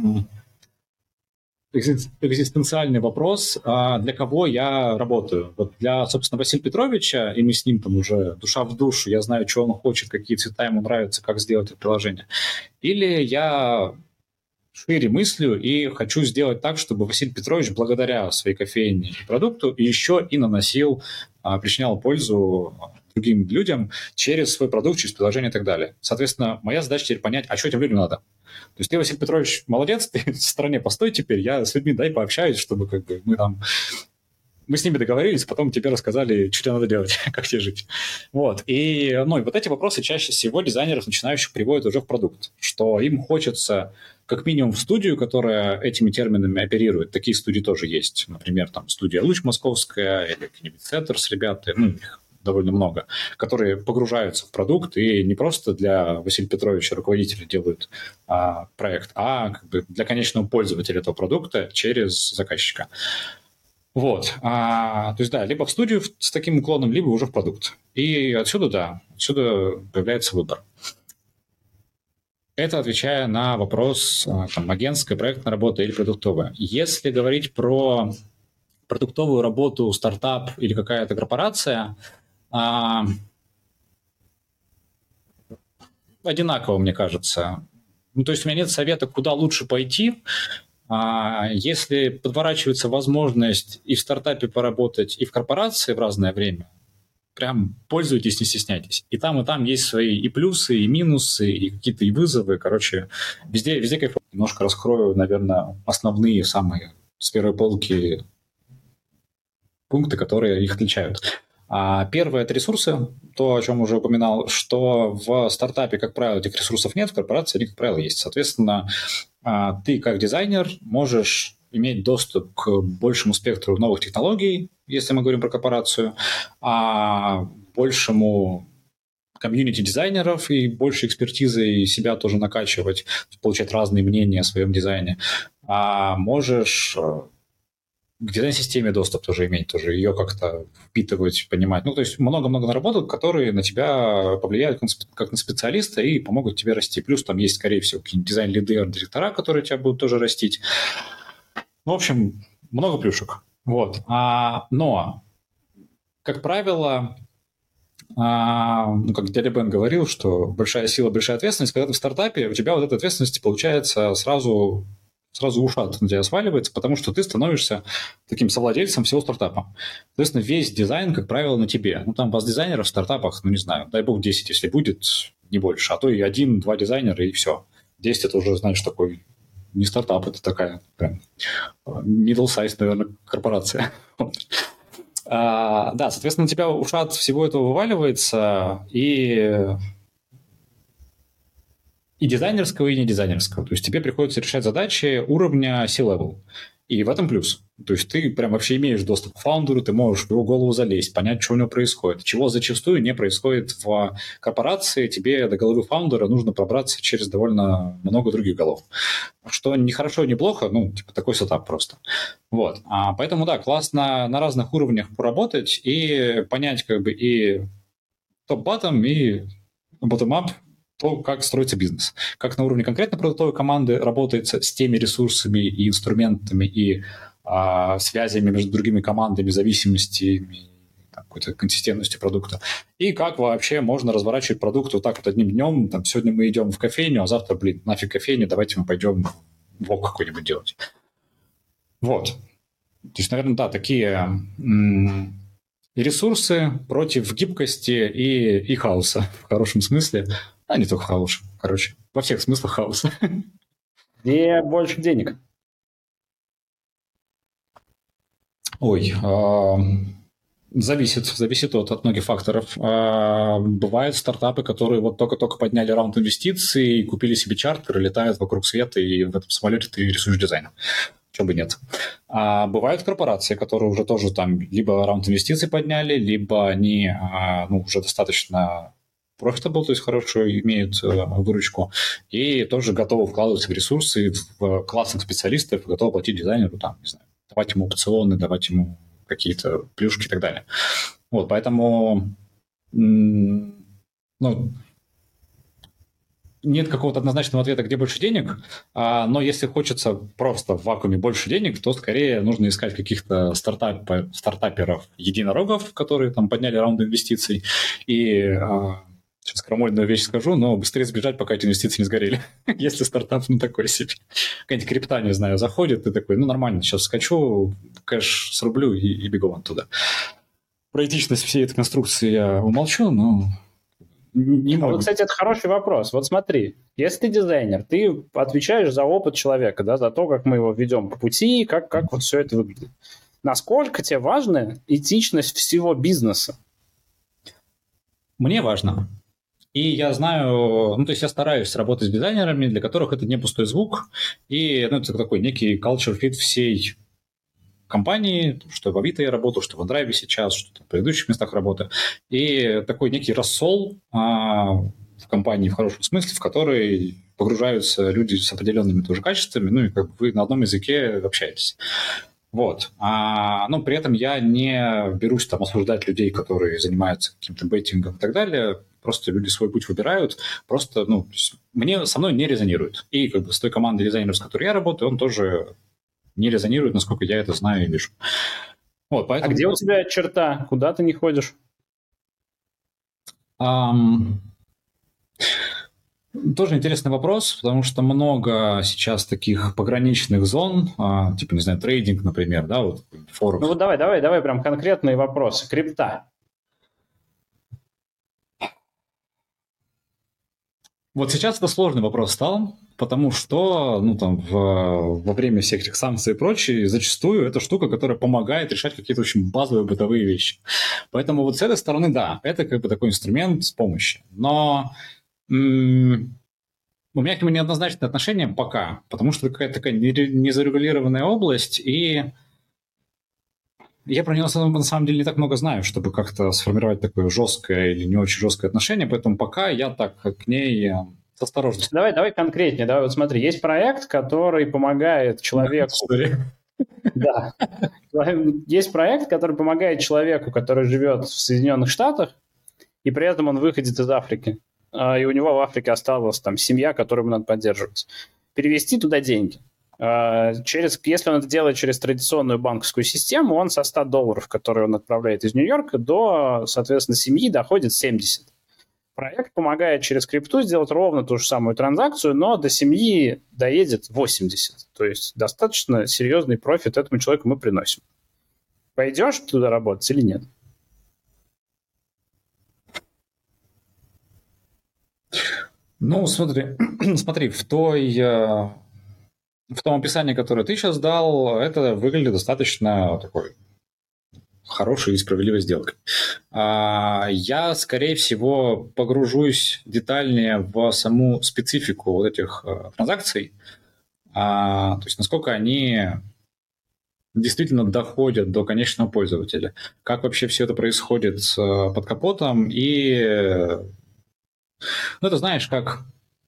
экзистенциальный вопрос, для кого я работаю. Вот для, собственно, Василия Петровича, и мы с ним там уже душа в душу, я знаю, что он хочет, какие цвета ему нравятся, как сделать это приложение. Или я шире мыслю и хочу сделать так, чтобы Василий Петрович благодаря своей кофейне и продукту еще и наносил, причинял пользу другим людям через свой продукт, через приложение и так далее. Соответственно, моя задача теперь понять, а что этим людям надо. То есть ты, Василий Петрович, молодец, ты в стране постой теперь, я с людьми дай пообщаюсь, чтобы как бы мы там... Мы с ними договорились, потом тебе рассказали, что тебе надо делать, как тебе жить. Вот. И, ну, и вот эти вопросы чаще всего дизайнеров начинающих приводят уже в продукт, что им хочется как минимум в студию, которая этими терминами оперирует. Такие студии тоже есть. Например, там студия «Луч» московская или какие-нибудь «Сеттерс» ребята, ну, их довольно много, которые погружаются в продукт и не просто для Василия Петровича, руководителя, делают а, проект, а как бы для конечного пользователя этого продукта через заказчика. Вот. А, то есть, да, либо в студию с таким уклоном, либо уже в продукт. И отсюда, да, отсюда появляется выбор. Это отвечая на вопрос, там, агентская, проектная работа или продуктовая. Если говорить про продуктовую работу, стартап или какая-то корпорация, а, одинаково, мне кажется. Ну, то есть у меня нет совета, куда лучше пойти. А, если подворачивается возможность и в стартапе поработать, и в корпорации в разное время, прям пользуйтесь, не стесняйтесь. И там, и там есть свои и плюсы, и минусы, и какие-то и вызовы. Короче, везде, везде кайфово. Немножко раскрою, наверное, основные, самые с первой полки пункты, которые их отличают. А первое – это ресурсы, то, о чем уже упоминал, что в стартапе, как правило, этих ресурсов нет, в корпорации они, как правило, есть. Соответственно, ты как дизайнер можешь иметь доступ к большему спектру новых технологий, если мы говорим про корпорацию, а большему комьюнити дизайнеров и больше экспертизы и себя тоже накачивать, получать разные мнения о своем дизайне. А можешь к дизайн-системе доступ тоже иметь, тоже ее как-то впитывать, понимать. Ну, то есть много-много наработок, которые на тебя повлияют как на специалиста и помогут тебе расти. Плюс там есть, скорее всего, какие-нибудь дизайн-лиды, арт-директора, которые тебя будут тоже растить. Ну, в общем, много плюшек. Вот. А, но, как правило, а, ну, как дядя Бен говорил, что большая сила, большая ответственность. Когда ты в стартапе, у тебя вот эта ответственность получается сразу... сразу ушат на тебя сваливается, потому что ты становишься таким совладельцем всего стартапа. Соответственно, весь дизайн, как правило, на тебе. Ну, там вас дизайнеров в стартапах, ну, не знаю, дай бог десять, если будет, не больше, а то и один-два дизайнера, и все. десять это уже, знаешь, такой не стартап, это такая прям middle size, наверное, корпорация. а, да, соответственно, на тебя ушат всего этого вываливается, и... и дизайнерского, и не дизайнерского. То есть тебе приходится решать задачи уровня C-level. И в этом плюс. То есть ты прям вообще имеешь доступ к фаундеру, ты можешь в его голову залезть, понять, что у него происходит. Чего зачастую не происходит в корпорации, тебе до головы фаундера нужно пробраться через довольно много других голов. Что не хорошо, не плохо, ну, типа такой сетап просто. Вот. А поэтому, да, классно на разных уровнях поработать и понять как бы и топ-баттом, и bottom-up, то, как строится бизнес. Как на уровне конкретно продуктовой команды работается с теми ресурсами и инструментами, и а, связями между другими командами, зависимостями, там, какой-то консистентностью продукта. И как вообще можно разворачивать продукт вот так вот одним днем. Там, сегодня мы идем в кофейню, а завтра, блин, нафиг кофейню, давайте мы пойдем вок какой-нибудь делать. Вот. То есть, наверное, да, такие м- ресурсы против гибкости и, и хаоса в хорошем смысле. А не только в хорошем, короче, во всех смыслах хаоса. Где больше денег? Ой, э, зависит, зависит от, от многих факторов. Э, бывают стартапы, которые вот только-только подняли раунд инвестиций, купили себе чартер, летают вокруг света, и в этом самолете ты рисуешь дизайн. Чего бы нет. А бывают корпорации, которые уже тоже там либо раунд инвестиций подняли, либо они а, ну, уже достаточно profitable, то есть хорошую имеют а, выручку, и тоже готовы вкладываться в ресурсы, в классных специалистов, готовы платить дизайнеру, там, не знаю, давать ему опционы, давать ему какие-то плюшки и так далее. Вот, поэтому м- ну, нет какого-то однозначного ответа, где больше денег, а, но если хочется просто в вакууме больше денег, то скорее нужно искать каких-то стартап, стартаперов-единорогов, которые там подняли раунд инвестиций, и а, сейчас крамольную вещь скажу, но быстрее сбежать, пока эти инвестиции не сгорели, если стартап ну такой себе. Какая-нибудь крипта, не знаю, заходит, ты такой, ну нормально, сейчас скачу, кэш срублю и, и бегу вон туда. Про этичность всей этой конструкции я умолчу, но... Не могу. Вот, кстати, это хороший вопрос. Вот смотри, если ты дизайнер, ты отвечаешь за опыт человека, да, за то, как мы его ведем по пути, как, как вот все это выглядит. Насколько тебе важна этичность всего бизнеса? Мне важно. И я знаю, ну, то есть я стараюсь работать с дизайнерами, для которых это не пустой звук, и ну, это такой некий culture fit всей компании, что в Авито я работал, что в OneDrive сейчас, что в предыдущих местах работы. И такой некий рассол а, в компании в хорошем смысле, в который погружаются люди с определенными тоже качествами, ну и как бы вы на одном языке общаетесь. Вот. А, но при этом я не берусь там осуждать людей, которые занимаются каким-то бейтингом и так далее. Просто люди свой путь выбирают. Просто, ну, мне, со мной не резонирует. И как бы с той командой дизайнеров, с которой я работаю, он тоже не резонирует, насколько я это знаю и вижу. Вот, поэтому... А где у тебя черта? Куда ты не ходишь? Um... Тоже интересный вопрос, потому что много сейчас таких пограничных зон, а, типа, не знаю, трейдинг, например, да, вот форекс. Ну вот давай, давай, давай прям конкретные вопросы. Крипта. Вот сейчас это сложный вопрос стал, потому что, ну, там, в, во время всех этих санкций и прочее, зачастую это штука, которая помогает решать какие-то очень базовые бытовые вещи. Поэтому вот с этой стороны, да, это как бы такой инструмент с помощью. Но м- у меня к нему неоднозначное отношение пока, потому что это какая-то такая незарегулированная область, и я про него на самом деле не так много знаю, чтобы как-то сформировать такое жесткое или не очень жесткое отношение, поэтому пока я так к ней с осторожностью. Давай, давай конкретнее. Давай, вот смотри, есть проект, который помогает человеку... Да. Есть проект, который помогает человеку, который живет в Соединенных Штатах, и при этом он выходит из Африки. И у него в Африке осталась там семья, которую ему надо поддерживать. Перевести туда деньги. Через, если он это делает через традиционную банковскую систему, он со ста долларов, которые он отправляет из Нью-Йорка, до, соответственно, семьи доходит семьдесят. Проект помогает через крипту сделать ровно ту же самую транзакцию, но до семьи доедет восемьдесят. То есть достаточно серьезный профит этому человеку мы приносим. Пойдешь туда работать или нет? Ну, смотри, смотри, в той... В том описании, которое ты сейчас дал, это выглядит достаточно такой хорошей и справедливой сделкой. Я, скорее всего, погружусь детальнее в саму специфику вот этих транзакций, то есть насколько они действительно доходят до конечного пользователя, как вообще все это происходит э, под капотом, и, э, ну, это знаешь, как,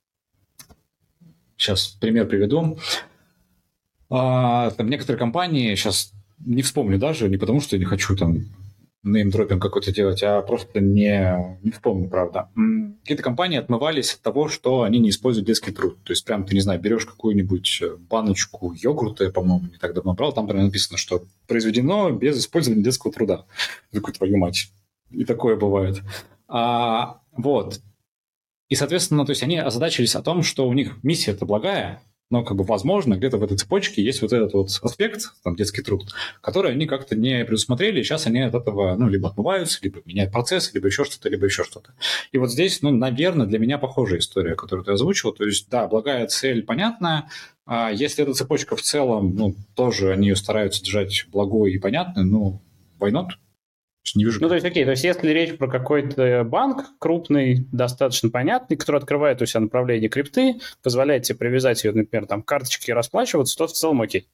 сейчас пример приведу, а, там некоторые компании, сейчас не вспомню даже, не потому что я не хочу там неймдропинг какой-то делать, а просто не, не вспомню, правда. Какие-то компании отмывались от того, что они не используют детский труд. То есть прям, ты, не знаю, берешь какую-нибудь баночку йогурта, я, по-моему, не так давно брал, там прям написано, что произведено без использования детского труда. Я такой, твою мать. И такое бывает. А, вот. И, соответственно, то есть они озадачились о том, что у них миссия-то благая, но, как бы, возможно, где-то в этой цепочке есть вот этот вот аспект, там, детский труд, который они как-то не предусмотрели, и сейчас они от этого, ну, либо отмываются, либо меняют процессы, либо еще что-то, либо еще что-то. И вот здесь, ну, наверное, для меня похожая история, которую ты озвучил. То есть, да, благая цель понятная, а если эта цепочка в целом, ну, тоже они ее стараются держать благой и понятной, ну, why not? Не вижу. Ну, то есть, окей, то есть, если речь про какой-то банк крупный, достаточно понятный, который открывает у себя направление крипты, позволяет тебе привязать ее, например, там, к карточке и расплачиваться, то в целом окей.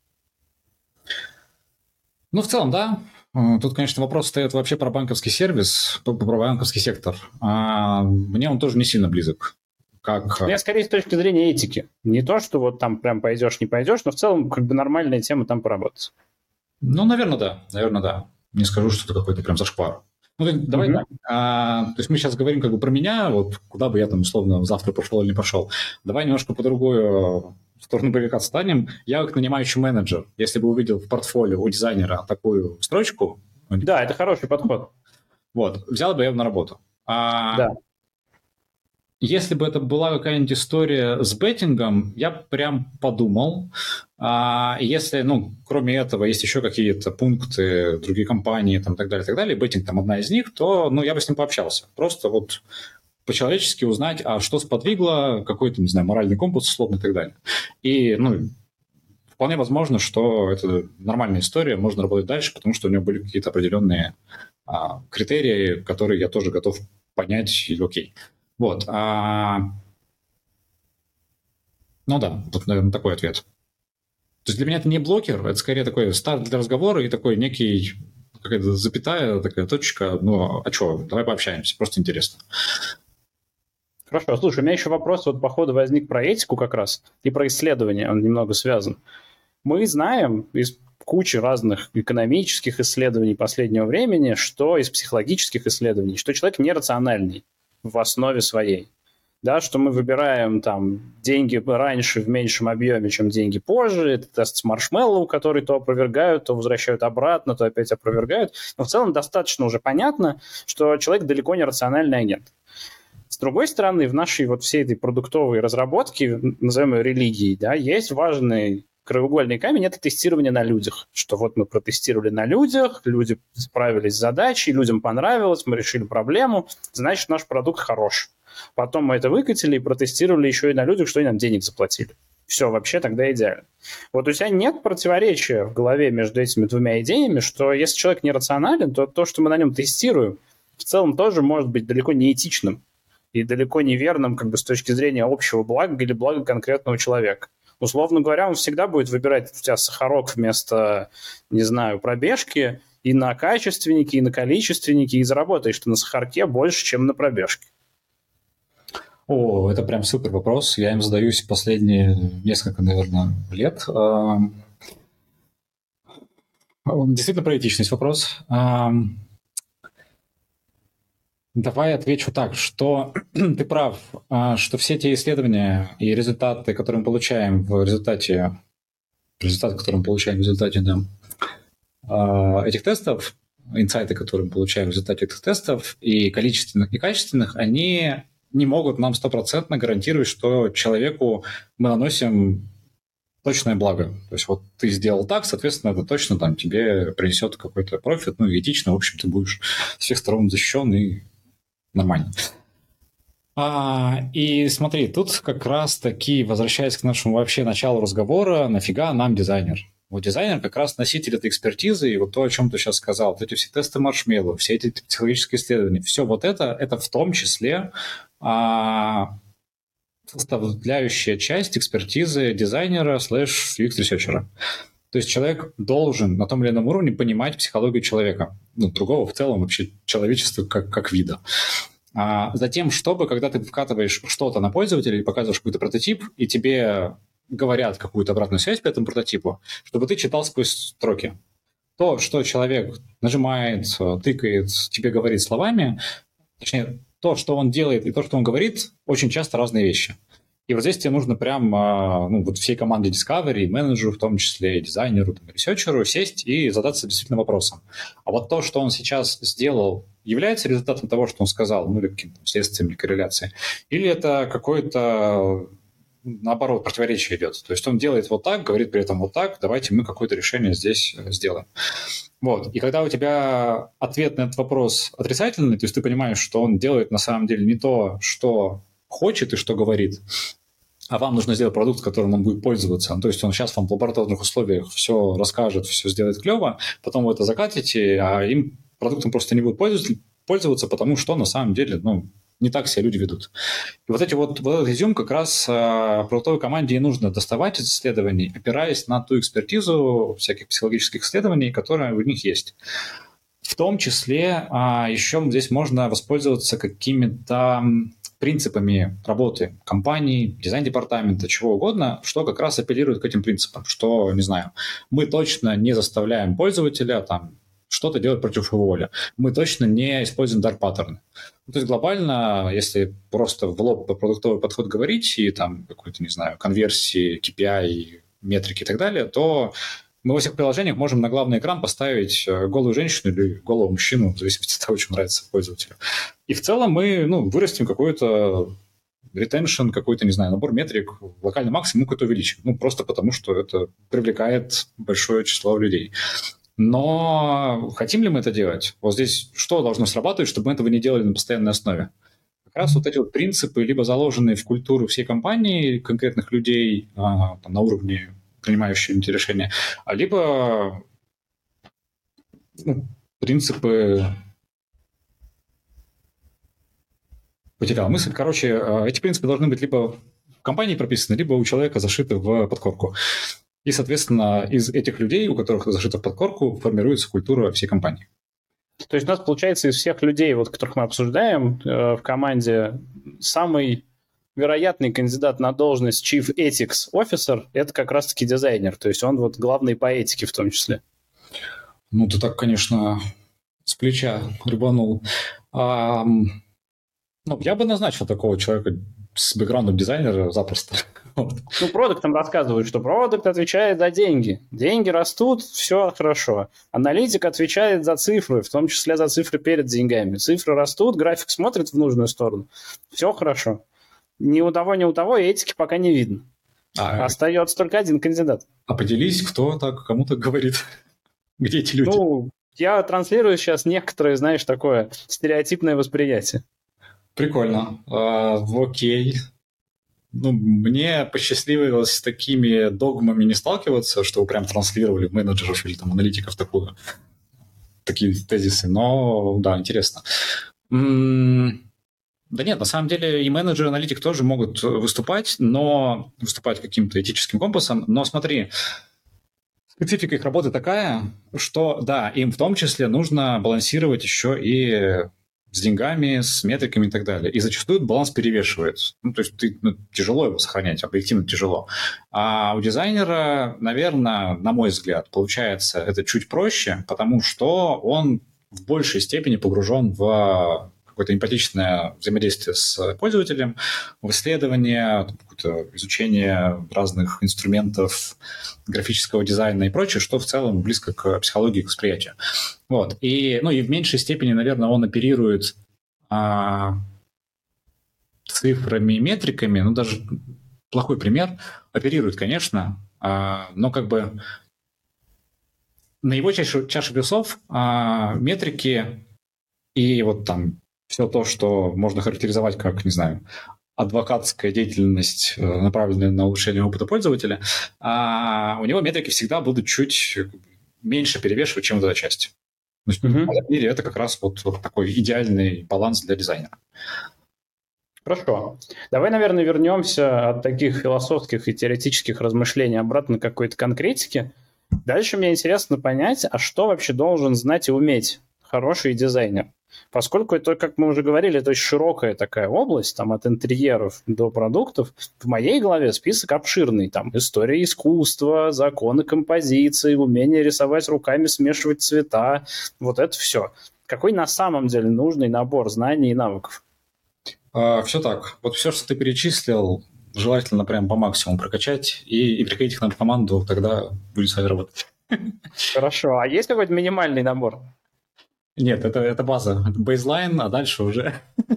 Ну, в целом, да. Тут, конечно, вопрос стоит вообще про банковский сервис, про банковский сектор. А мне он тоже не сильно близок. Как... Я скорее с точки зрения этики. Не то, что вот там прям пойдешь, не пойдешь, но в целом как бы нормальная тема там поработать. Ну, наверное, да. Наверное, да. Не скажу, что это какой-то прям зашквар. Ну, давай mm-hmm. так. А, то есть мы сейчас говорим как бы про меня, вот куда бы я там условно завтра пошел или не пошел. Давай немножко по другую сторону баррикад станем. Я как нанимающий менеджер, если бы увидел в портфолио у дизайнера такую строчку... Да, это хороший подход. Вот, взял бы я его на работу. А, да. Если бы это была какая-нибудь история с беттингом, я прям подумал. А если, ну, кроме этого, есть еще какие-то пункты, другие компании, там, так далее, так далее, беттинг там одна из них, то, ну, я бы с ним пообщался. Просто вот по-человечески узнать, а что сподвигло, какой-то, не знаю, моральный компас, условно, и так далее. И, ну, вполне возможно, что это нормальная история, можно работать дальше, потому что у него были какие-то определенные а, критерии, которые я тоже готов понять, и окей. Вот. А... Ну да, тут, наверное, такой ответ. То есть для меня это не блокер, это скорее такой старт для разговора и такой некий, какая-то запятая, такая точка. Ну, а что, давай пообщаемся, просто интересно. Хорошо, слушай, у меня еще вопрос вот по ходу возник про этику как раз и про исследования, он немного связан. Мы знаем из кучи разных экономических исследований последнего времени, что из психологических исследований, что человек нерациональный в основе своей. Да, что мы выбираем там деньги раньше в меньшем объеме, чем деньги позже. Это тест с маршмеллоу, который то опровергают, то возвращают обратно, то опять опровергают. Но в целом достаточно уже понятно, что человек далеко не рациональный агент. С другой стороны, в нашей вот всей этой продуктовой разработке, назовем ее религией, да, есть важный краеугольный камень – это тестирование на людях. Что вот мы протестировали на людях, люди справились с задачей, людям понравилось, мы решили проблему, значит, наш продукт хорош. Потом мы это выкатили и протестировали еще и на людях, что они нам денег заплатили. Все, вообще тогда идеально. Вот у тебя нет противоречия в голове между этими двумя идеями, что если человек нерационален, то то, что мы на нем тестируем, в целом тоже может быть далеко не этичным и далеко неверным как бы с точки зрения общего блага или блага конкретного человека. Условно говоря, он всегда будет выбирать у тебя сахарок вместо, не знаю, пробежки и на качественники, и на количественники, и заработаешь ты на сахарке больше, чем на пробежке. О, это прям супер вопрос. Я им задаюсь последние несколько, наверное, лет. Действительно про этичность вопрос. Давай отвечу так, что ты прав, что все те исследования и результаты, которые мы получаем в результате, результаты, которые мы получаем в результате да, этих тестов, инсайты, которые мы получаем в результате этих тестов, и количественных, и качественных, они не могут нам стопроцентно гарантировать, что человеку мы наносим точное благо. То есть вот ты сделал так, соответственно, это точно там тебе принесет какой-то профит, ну и этично, в общем, ты будешь с всех сторон защищен и нормально. А, и смотри, тут как раз-таки, возвращаясь к нашему вообще началу разговора, нафига нам дизайнер? Вот дизайнер как раз носитель этой экспертизы, и вот то, о чем ты сейчас сказал, вот эти все тесты маршмеллоу, все эти психологические исследования, все вот это, это в том числе а, составляющая часть экспертизы дизайнера слэш ю экс-ресерчера. То есть человек должен на том или ином уровне понимать психологию человека, ну, другого в целом вообще человечества как, как вида. А затем, чтобы, когда ты вкатываешь что-то на пользователя или показываешь какой-то прототип, и тебе говорят какую-то обратную связь по этому прототипу, чтобы ты читал сквозь строки. То, что человек нажимает, тыкает, тебе говорит словами, точнее, то, что он делает, и то, что он говорит, очень часто разные вещи. И вот здесь тебе нужно прям, ну, вот всей команде Discovery, менеджеру, в том числе и дизайнеру, там, ресерчеру, сесть и задаться действительно вопросом. А вот то, что он сейчас сделал, является результатом того, что он сказал, ну, или каким-то следствием или корреляцией? Или это какое-то, наоборот, противоречие идет? То есть он делает вот так, говорит при этом вот так, давайте мы какое-то решение здесь сделаем. Вот. И когда у тебя ответ на этот вопрос отрицательный, то есть ты понимаешь, что он делает на самом деле не то, что хочет и что говорит, а вам нужно сделать продукт, которым он будет пользоваться. Ну, то есть он сейчас вам в лабораторных условиях все расскажет, все сделает клево, потом вы это закатите, а им продуктом просто не будут пользоваться, пользоваться, потому что на самом деле, ну, не так себя люди ведут. И вот, эти вот, вот этот изюм как раз а, продуктовой команде и нужно доставать из исследований, опираясь на ту экспертизу всяких психологических исследований, которые у них есть. В том числе а, еще здесь можно воспользоваться какими-то принципами работы компании, дизайн-департамента, чего угодно, что как раз апеллирует к этим принципам, что, не знаю, мы точно не заставляем пользователя там что-то делать против его воли. Мы точно не используем дарк-паттерны. Ну, то есть глобально, если просто в лоб по продуктовый подход говорить и там какой-то, не знаю, конверсии, кей пи ай, метрики и так далее, то мы во всех приложениях можем на главный экран поставить голую женщину или голого мужчину, в зависимости от того, что нравится пользователю. И в целом мы, ну, вырастим какой-то ретеншн, какой-то, не знаю, набор метрик, локальный максимум какой-то увеличим. Ну, просто потому, что это привлекает большое число людей. Но хотим ли мы это делать? Вот здесь что должно срабатывать, чтобы мы этого не делали на постоянной основе? Как раз вот эти вот принципы, либо заложенные в культуру всей компании, конкретных людей а, там, на уровне принимающие эти решения, а либо ну, принципы... Потерял мысль. Короче, эти принципы должны быть либо в компании прописаны, либо у человека зашиты в подкорку. И, соответственно, из этих людей, у которых это зашито в подкорку, формируется культура всей компании. То есть у нас, получается, из всех людей, вот, которых мы обсуждаем э, в команде, самый вероятный кандидат на должность Chief Ethics Officer – это как раз-таки дизайнер. То есть он вот главный по этике в том числе. Ну, ты так, конечно, с плеча рыбанул. А, ну, я бы назначил такого человека с бэкграундом дизайнера запросто. Ну, продуктам рассказывают, что продукт отвечает за деньги. Деньги растут, все хорошо. Аналитик отвечает за цифры, в том числе за цифры перед деньгами. Цифры растут, график смотрит в нужную сторону. Все хорошо. Ни у того, ни у того этики пока не видно. А, Остается только один кандидат. А поделись, кто так кому-то говорит. Где эти люди? Ну, я транслирую сейчас некоторое, знаешь, такое стереотипное восприятие. Прикольно. А, окей. Ну, мне посчастливилось с такими догмами не сталкиваться, что вы прям транслировали менеджеров или там аналитиков такую, такие тезисы, но да, интересно. М- да нет, на самом деле и менеджер, и аналитик тоже могут выступать, но выступать каким-то этическим компасом, но смотри, специфика их работы такая, что да, им в том числе нужно балансировать еще и с деньгами, с метриками и так далее. И зачастую баланс перевешивает. Ну, то есть ты, ну, тяжело его сохранять, объективно тяжело. А у дизайнера, наверное, на мой взгляд, получается это чуть проще, потому что он в большей степени погружен в какое-то эмпатичное взаимодействие с пользователем, в исследование, какое-то изучение разных инструментов графического дизайна и прочее, что в целом близко к психологии, к восприятию. Вот. И, ну, и в меньшей степени, наверное, он оперирует а, цифрами и метриками, ну, даже плохой пример, оперирует, конечно, а, но как бы на его чаше, чаше весов а, метрики и вот там все то, что можно характеризовать как, не знаю, адвокатская деятельность, направленная на улучшение опыта пользователя, а у него метрики всегда будут чуть меньше перевешивать, чем вот эта часть. То есть, uh-huh. В этом мире это как раз вот, вот такой идеальный баланс для дизайнера. Хорошо. Давай, наверное, вернемся от таких философских и теоретических размышлений обратно к какой-то конкретике. Дальше мне интересно понять, а что вообще должен знать и уметь хороший дизайнер? Поскольку это, как мы уже говорили, это очень широкая такая область, там от интерьеров до продуктов, в моей голове список обширный. Там история искусства, законы композиции, умение рисовать руками, смешивать цвета, вот это все. Какой на самом деле нужный набор знаний и навыков? А, все так. Вот все, что ты перечислил, желательно прям по максимуму прокачать и, и приходить к нам в команду, тогда будет с вами работать. Хорошо. А есть какой-то минимальный набор? Нет, это, это база, это бейзлайн, а дальше уже...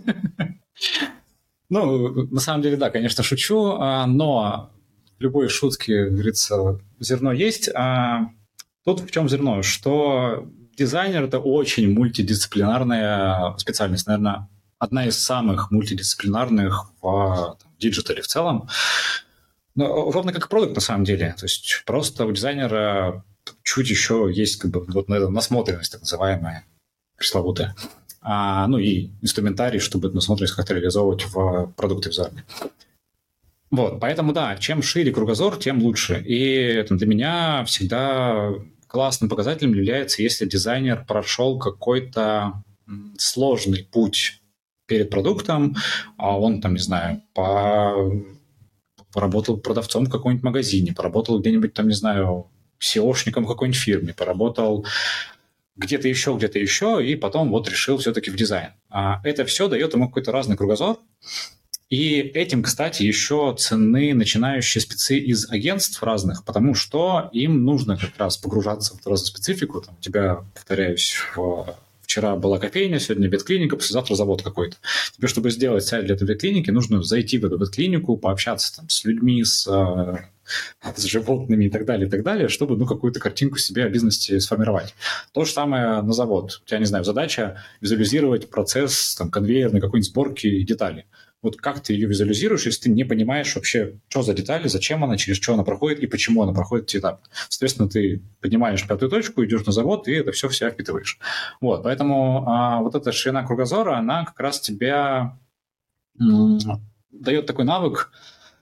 Ну, на самом деле, да, конечно, шучу, но в любой шутке, как говорится, зерно есть. Тут в чем зерно? Что дизайнер – это очень мультидисциплинарная специальность, наверное, одна из самых мультидисциплинарных в диджитале в целом. Но, ровно как и продукт на самом деле. То есть просто у дизайнера чуть еще есть как бы вот насмотренность, так называемая, пресловутая. А, ну и инструментарий, чтобы эту насмотренность как-то реализовывать в продукты визуальные. Вот, поэтому да, чем шире кругозор, тем лучше. И для меня всегда классным показателем является, если дизайнер прошел какой-то сложный путь перед продуктом, а он там, не знаю, по... поработал продавцом в каком-нибудь магазине, поработал где-нибудь там, не знаю, сеошником в какой-нибудь фирме, поработал где-то еще, где-то еще, и потом вот решил все-таки в дизайн. А это все дает ему какой-то разный кругозор. И этим, кстати, еще ценны начинающие спецы из агентств разных, потому что им нужно как раз погружаться в эту разную специфику. Там, у тебя, повторяюсь, в... вчера была кофейня, сегодня ветклиника, послезавтра завод какой-то. Тебе, чтобы сделать сайт для этой ветклиники, нужно зайти в эту ветклинику, пообщаться там с людьми, с... с животными и так далее, и так далее, чтобы, ну, какую-то картинку себе о бизнесе сформировать. То же самое на завод. У тебя, не знаю, задача визуализировать процесс там, конвейерной какой-нибудь сборки и детали. Вот как ты ее визуализируешь, если ты не понимаешь вообще, что за детали, зачем она, через что она проходит и почему она проходит эти этапы. Соответственно, ты поднимаешь пятую точку, идешь на завод, и это все в себя впитываешь. Вот, поэтому а, вот эта ширина кругозора, она как раз тебя м- дает такой навык,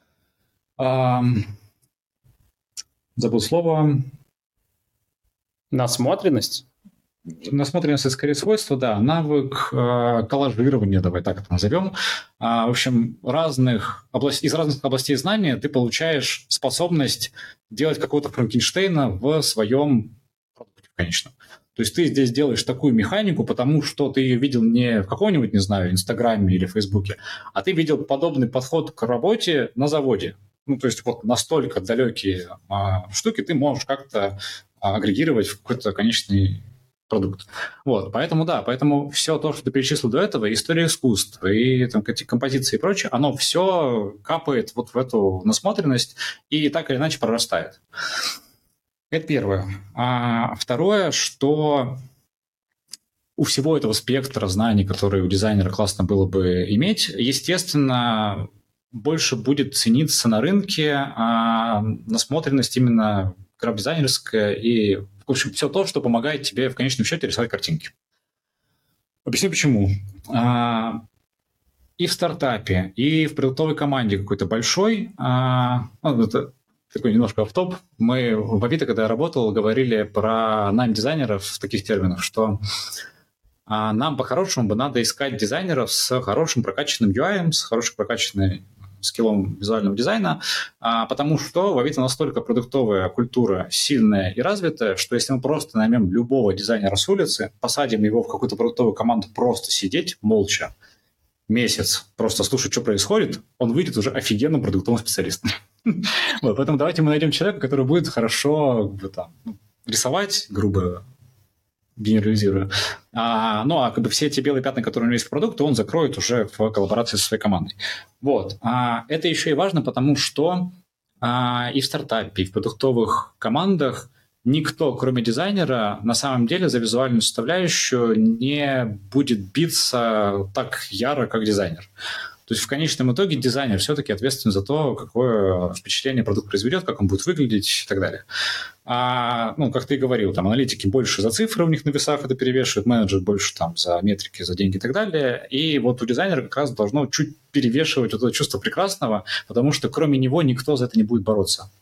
а, забыл слово. Насмотренность? Насмотренность – это скорее свойство, да. Навык э, коллажирования, давай так это назовем. А, в общем, разных область, из разных областей знания ты получаешь способность делать какого-то Франкенштейна в своем продукте конечном. То есть ты здесь делаешь такую механику, потому что ты ее видел не в каком-нибудь, не знаю, Инстаграме или Фейсбуке, а ты видел подобный подход к работе на заводе. Ну, то есть вот настолько далекие а, штуки ты можешь как-то а, агрегировать в какой-то конечный продукт. Вот, поэтому да, поэтому все то, что ты перечислил до этого, история искусства, и там, композиции и прочее, оно все капает вот в эту насмотренность и так или иначе прорастает. Это первое. А второе, что у всего этого спектра знаний, которые у дизайнера классно было бы иметь, естественно, больше будет цениться на рынке а насмотренность именно граф-дизайнерская и, в общем, все то, что помогает тебе в конечном счете рисовать картинки. Объясню почему. А, и в стартапе, и в продуктовой команде какой-то большой, а, ну, это такой немножко офф-топ, мы в Авито, когда я работал, говорили про найм дизайнеров в таких терминах, что а, нам по-хорошему бы надо искать дизайнеров с хорошим прокачанным ю ай, с хорошей прокачанной скиллом визуального дизайна, а, потому что в Авито настолько продуктовая культура сильная и развитая, что если мы просто наймем любого дизайнера с улицы, посадим его в какую-то продуктовую команду просто сидеть молча месяц, просто слушать, что происходит, он выйдет уже офигенным продуктовым специалистом. Вот, поэтому давайте мы найдем человека, который будет хорошо там, рисовать, грубо генерализирую. А, ну, а как бы все эти белые пятна, которые у него есть в продукте, он закроет уже в коллаборации со своей командой. Вот. А, это еще и важно, потому что а, и в стартапе, и в продуктовых командах никто, кроме дизайнера, на самом деле за визуальную составляющую не будет биться так яро, как дизайнер. То есть в конечном итоге дизайнер все-таки ответственен за то, какое впечатление продукт произведет, как он будет выглядеть и так далее. А, ну, как ты и говорил, там аналитики больше за цифры у них на весах это перевешивают, менеджер больше там за метрики, за деньги и так далее. И вот у дизайнера как раз должно чуть перевешивать вот это чувство прекрасного, потому что кроме него никто за это не будет бороться.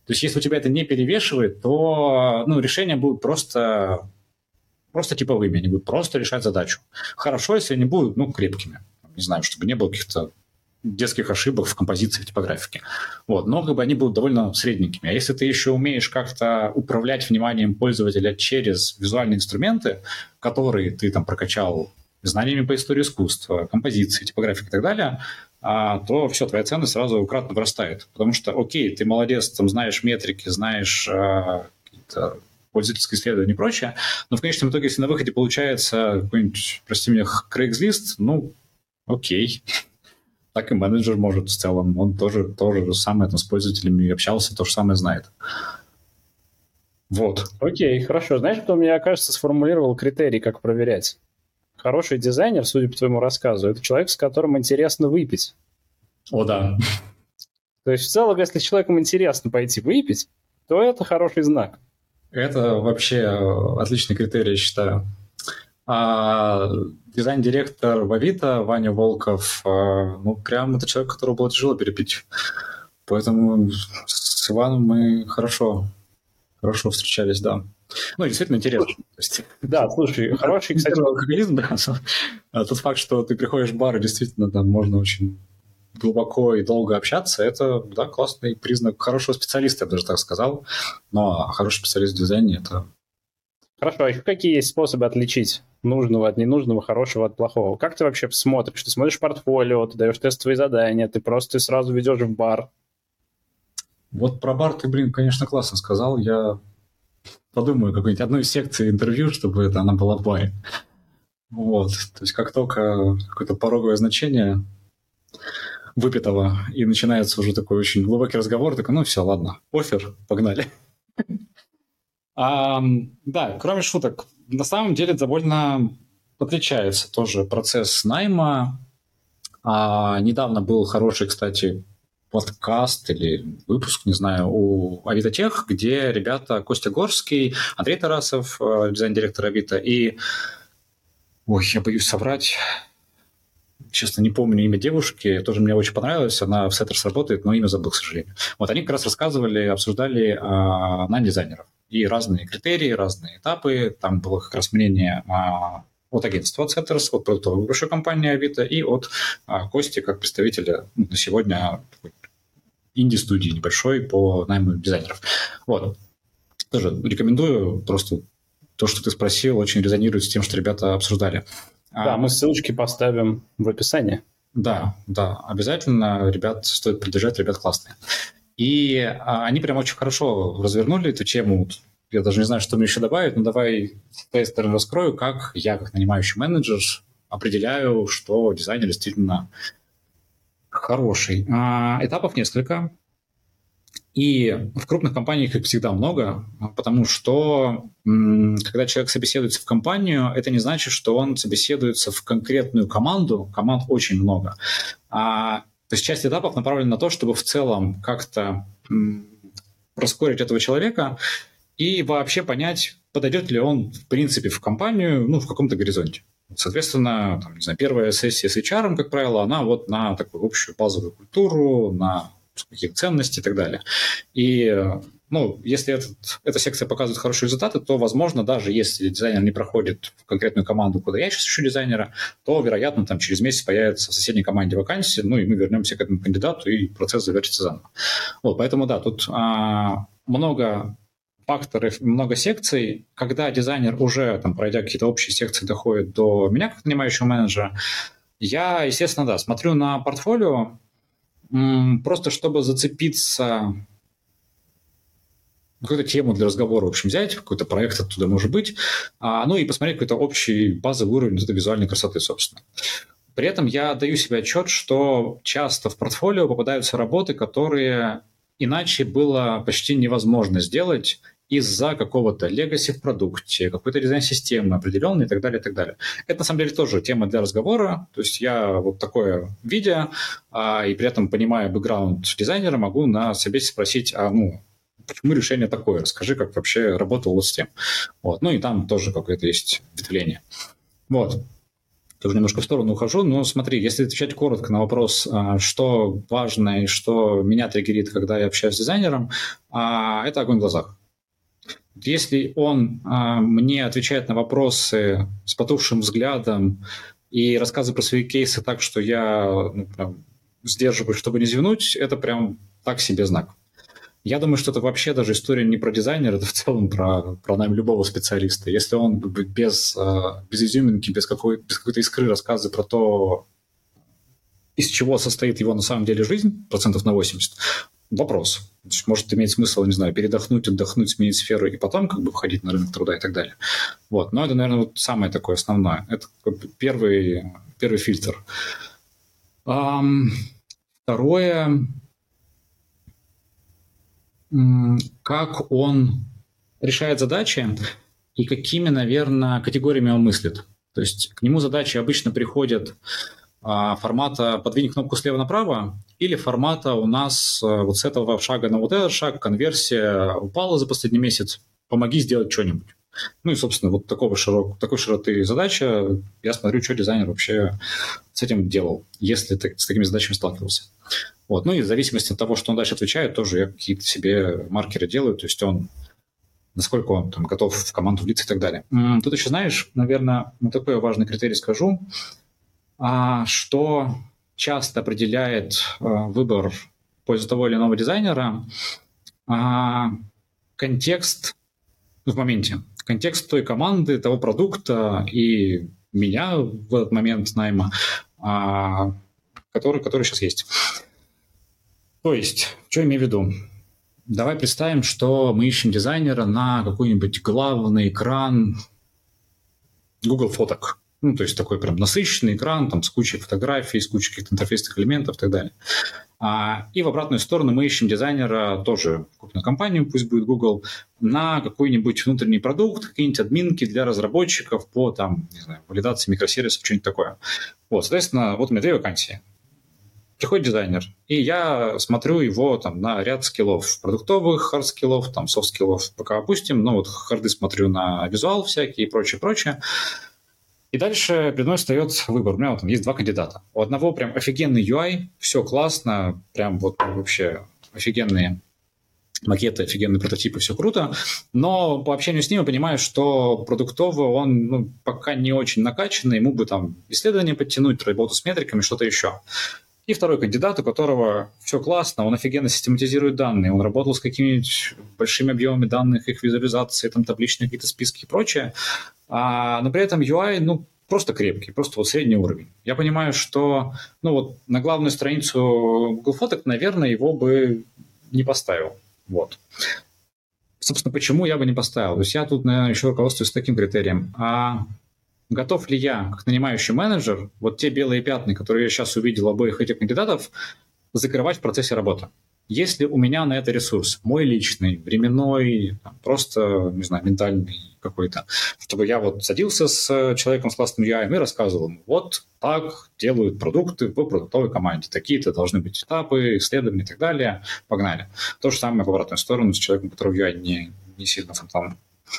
То есть если у тебя это не перевешивает, то ну, решения будут просто, просто типовыми, они будут просто решать задачу. Хорошо, если они будут ну, крепкими. Не знаю, чтобы не было каких-то детских ошибок в композиции, в типографике. Вот. Но как бы они будут довольно средненькими. А если ты еще умеешь как-то управлять вниманием пользователя через визуальные инструменты, которые ты там прокачал знаниями по истории искусства, композиции, типографики и так далее, а, то все, твоя ценность сразу кратно вырастает. Потому что, окей, ты молодец, там знаешь метрики, знаешь а, какие-то пользовательское исследование и прочее, но в конечном итоге, если на выходе получается какой-нибудь, прости меня, Craigslist, ну, окей. Так и менеджер может в целом. Он тоже то же самое там, с пользователями общался, то же самое знает. Вот. Окей, хорошо. Знаешь, кто, мне кажется, сформулировал критерий, как проверять? Хороший дизайнер, судя по твоему рассказу, это человек, с которым интересно выпить. О, да. То есть в целом, если человеком интересно пойти выпить, то это хороший знак. Это вообще отличный критерий, я считаю. А дизайн-директор в Авито, Ваня Волков, ну, прям это человек, которого было тяжело перепить. Поэтому с Иваном мы хорошо, хорошо встречались, да. Ну, действительно интересно. Да, слушай, хороший, кстати... Алкоголизм, да. Тот факт, что ты приходишь в бар, и действительно там можно очень глубоко и долго общаться, это, да, классный признак хорошего специалиста, я бы даже так сказал. Но хороший специалист в дизайне – это... Хорошо, а еще какие есть способы отличить нужного от ненужного, хорошего от плохого? Как ты вообще смотришь? Ты смотришь портфолио, ты даешь тестовые задания, ты просто сразу ведешь в бар? Вот про бар ты, блин, конечно, классно сказал. Я подумаю какую-нибудь одну из секций интервью, чтобы это она была в баре. Вот. То есть как только какое-то пороговое значение выпитого, и начинается уже такой очень глубокий разговор, такой, ну все, ладно, оффер, погнали. А, да, кроме шуток, на самом деле довольно отличается тоже процесс найма. А, недавно был хороший, кстати, подкаст или выпуск, не знаю, у Авито-Тех, где ребята Костя Горский, Андрей Тарасов, дизайн-директор Авито, и, ой, я боюсь соврать, честно, не помню имя девушки, тоже мне очень понравилось, она в Setters работает, но имя забыл, к сожалению. Вот они как раз рассказывали, обсуждали а, найм-дизайнеров. И разные критерии, разные этапы. Там было как раз мнение а, от агентства от Setters, от продуктовой большой компании Авито и от а, Кости как представителя ну, на сегодня инди-студии небольшой по найму дизайнеров. Вот. Тоже рекомендую. Просто то, что ты спросил, очень резонирует с тем, что ребята обсуждали. Да, а, мы ссылочки поставим в описании. Да, да, обязательно. Ребят стоит поддержать, ребят классные. И а, они прям очень хорошо развернули эту тему. Я даже не знаю, что мне еще добавить, но давай с твоей стороны раскрою, как я, как нанимающий менеджер, определяю, что дизайнер действительно хороший. А, этапов несколько. И в крупных компаниях их всегда много, потому что м, когда человек собеседуется в компанию, это не значит, что он собеседуется в конкретную команду. Команд очень много. А, то есть часть этапов направлена на то, чтобы в целом как-то м, проскорить этого человека и вообще понять, подойдет ли он, в принципе, в компанию, ну, в каком-то горизонте. Соответственно, там, не знаю, первая сессия с эйч ар, как правило, она вот на такую общую базовую культуру, на какие ценности и так далее. И, ну, если этот, эта секция показывает хорошие результаты, то, возможно, даже если дизайнер не проходит в конкретную команду, куда я сейчас ищу дизайнера, то, вероятно, там через месяц появится в соседней команде вакансия, ну, и мы вернемся к этому кандидату, и процесс завершится заново. Вот, поэтому, да, тут а, много факторов, много секций. Когда дизайнер уже, там, пройдя какие-то общие секции, доходит до меня, как нанимающего менеджера, я, естественно, да, смотрю на портфолио, просто чтобы зацепиться, какую-то тему для разговора, в общем, взять, какой-то проект оттуда может быть, а, ну и посмотреть какой-то общий базовый уровень этой визуальной красоты, собственно. При этом я даю себе отчет, что часто в портфолио попадаются работы, которые иначе было почти невозможно сделать из-за какого-то легаси в продукте, какой-то дизайн-системы определенной и так далее, и так далее. Это, на самом деле, тоже тема для разговора. То есть я вот такое видя, а, и при этом, понимая бэкграунд дизайнера, могу на собесе спросить, а ну, почему решение такое? Расскажи, как вообще работал вот с тем. Вот. Ну и там тоже какое-то есть ветвление. Вот. тоже немножко в сторону ухожу, но смотри, если отвечать коротко на вопрос, что важно и что меня триггерит, когда я общаюсь с дизайнером, это огонь в глазах. Если он мне отвечает на вопросы с потухшим взглядом и рассказывает про свои кейсы так, что я ну, прям сдерживаюсь, чтобы не зевнуть, это прям так себе знак. Я думаю, что это вообще даже история не про дизайнера, это в целом про, про найм любого специалиста. Если он без, без изюминки, без, какой, без какой-то искры рассказывает про то, из чего состоит его на самом деле жизнь, процентов на восемьдесят, вопрос. Может иметь смысл, не знаю, передохнуть, отдохнуть, сменить сферу и потом как бы входить на рынок труда и так далее. Вот. Но это, наверное, вот самое такое основное. Это первый, первый фильтр. Um, второе... как он решает задачи и какими, наверное, категориями он мыслит. То есть к нему задачи обычно приходят а, формата «подвинь кнопку слева направо» или формата «у нас а, вот с этого шага на вот этот шаг конверсия упала за последний месяц, помоги сделать что-нибудь». Ну и, собственно, вот такого широк, такой широты задача. Я смотрю, что дизайнер вообще с этим делал, если ты с такими задачами сталкивался. Вот. Ну и в зависимости от того, что он дальше отвечает, тоже я какие-то себе маркеры делаю, то есть он, насколько он там, готов в команду влиться и так далее. Тут еще, знаешь, наверное, вот такой важный критерий скажу, что часто определяет выбор в пользу того или иного дизайнера контекст в моменте, контекст той команды, того продукта и меня в этот момент найма, который, который сейчас есть. То есть, что имею в виду? Давай представим, что мы ищем дизайнера на какой-нибудь главный экран Google фоток. Ну, то есть такой прям насыщенный экран там, с кучей фотографий, с кучей каких-то интерфейсных элементов и так далее. А, и в обратную сторону мы ищем дизайнера, тоже крупную компанию, пусть будет Google, на какой-нибудь внутренний продукт, какие-нибудь админки для разработчиков по там, не знаю, валидации микросервисов, что-нибудь такое. Вот, соответственно, вот у меня две вакансии. Приходит дизайнер, и я смотрю его там, на ряд скиллов, продуктовых, хард-скиллов, там, софт-скиллов пока опустим, но вот харды смотрю на визуал всякий и прочее, прочее. И дальше перед мной встает выбор. У меня вот там есть два кандидата. У одного прям офигенный ю ай, все классно, прям вот вообще офигенные макеты, офигенные прототипы, все круто, но по общению с ним я понимаю, что продуктово он ну, пока не очень накачанный, ему бы там исследования подтянуть, работу с метриками, что-то еще. И второй кандидат, у которого все классно, он офигенно систематизирует данные, он работал с какими-нибудь большими объемами данных, их визуализации, там табличные какие-то списки и прочее, а, но при этом ю ай, ну, просто крепкий, просто вот средний уровень. Я понимаю, что, ну, вот на главную страницу Google фоток, наверное, его бы не поставил, вот. Собственно, почему я бы не поставил? То есть я тут, наверное, еще руководствуюсь таким критерием. А готов ли я, как нанимающий менеджер, вот те белые пятна, которые я сейчас увидел у обоих этих кандидатов, закрывать в процессе работы? Если у меня на это ресурс, мой личный, временной, там, просто, не знаю, ментальный какой-то, чтобы я вот садился с человеком с классным ю ай и рассказывал ему, вот так делают продукты в продуктовой команде, такие-то должны быть этапы, исследования и так далее, погнали. То же самое в обратную сторону с человеком, у которого ю ай не, не сильно фонтан.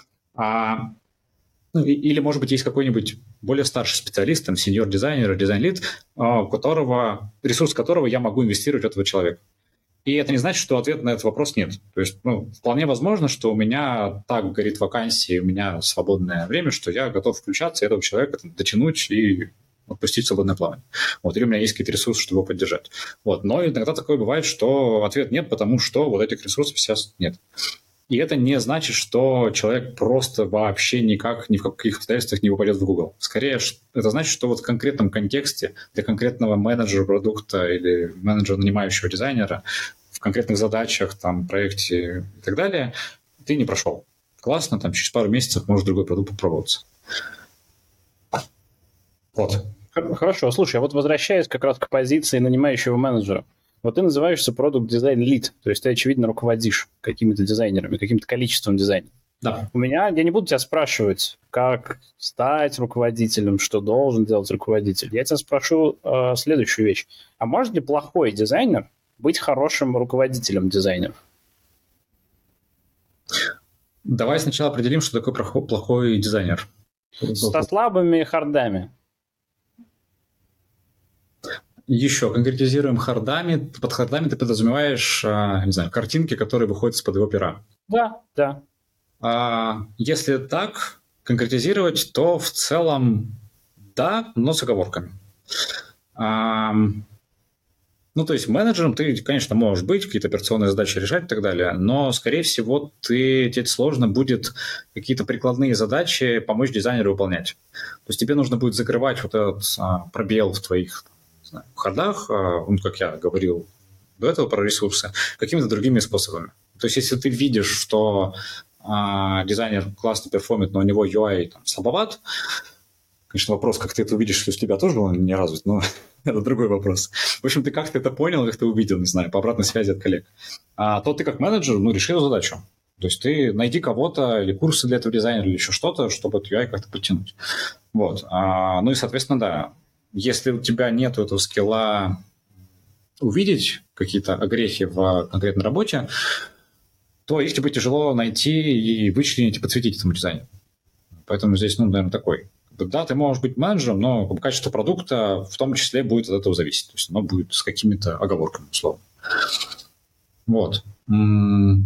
А Ну, или, может быть, есть какой-нибудь более старший специалист, там, сеньор-дизайнер, дизайн-лид, у которого, ресурс которого я могу инвестировать в этого человека. И это не значит, что ответа на этот вопрос нет. То есть, ну, вполне возможно, что у меня так горит вакансия, у меня свободное время, что я готов включаться и этого человека там, дотянуть и отпустить в свободное плавание. Вот, или у меня есть какие-то ресурсы, чтобы его поддержать. Вот. Но иногда такое бывает, что ответ нет, потому что вот этих ресурсов сейчас нет. И это не значит, что человек просто вообще никак, ни в каких обстоятельствах не попадет в Google. Скорее, это значит, что вот в конкретном контексте для конкретного менеджера продукта или менеджера, нанимающего дизайнера, в конкретных задачах, там, проекте и так далее, ты не прошел. Классно, там через пару месяцев может другой продукт попробоваться. Вот. Хорошо, слушай, а вот возвращаясь как раз к позиции нанимающего менеджера, вот ты называешься Product Design Lead, то есть ты, очевидно, руководишь какими-то дизайнерами, каким-то количеством дизайнеров. Да. У меня, я не буду тебя спрашивать, как стать руководителем, что должен делать руководитель. Я тебя спрошу э, следующую вещь. А может ли плохой дизайнер быть хорошим руководителем дизайнеров? Давай сначала определим, что такое плохой дизайнер. Со слабыми хардами. Еще конкретизируем хардами. Под хардами ты подразумеваешь, а, не знаю, картинки, которые выходят из-под его пера. Да, да. А если так конкретизировать, то в целом да, но с оговорками. А, ну, то есть менеджером ты, конечно, можешь быть, какие-то операционные задачи решать и так далее, но, скорее всего, ты, тебе сложно будет какие-то прикладные задачи помочь дизайнеру выполнять. То есть тебе нужно будет закрывать вот этот а, пробел в твоих не знаю, ходах, а, ну, как я говорил до этого про ресурсы, какими-то другими способами. То есть если ты видишь, что а, дизайнер классно перформит, но у него ю ай там, слабоват, конечно, вопрос, как ты это увидишь, что у тебя тоже он не развит, но это другой вопрос. В общем, ты как-то это понял, как ты увидел, не знаю, по обратной связи от коллег. А то ты как менеджер, ну, решил задачу. То есть ты найди кого-то или курсы для этого дизайнера или еще что-то, чтобы эту ю ай как-то подтянуть. Вот. А, ну и, соответственно, да, если у тебя нет этого скилла увидеть какие-то огрехи в конкретной работе, то их тебе тяжело найти и вычленить и подсветить этому дизайнеру. Поэтому здесь, ну, наверное, такой. Да, ты можешь быть менеджером, но качество продукта в том числе будет от этого зависеть. То есть оно будет с какими-то оговорками, условно. Вот. Ну,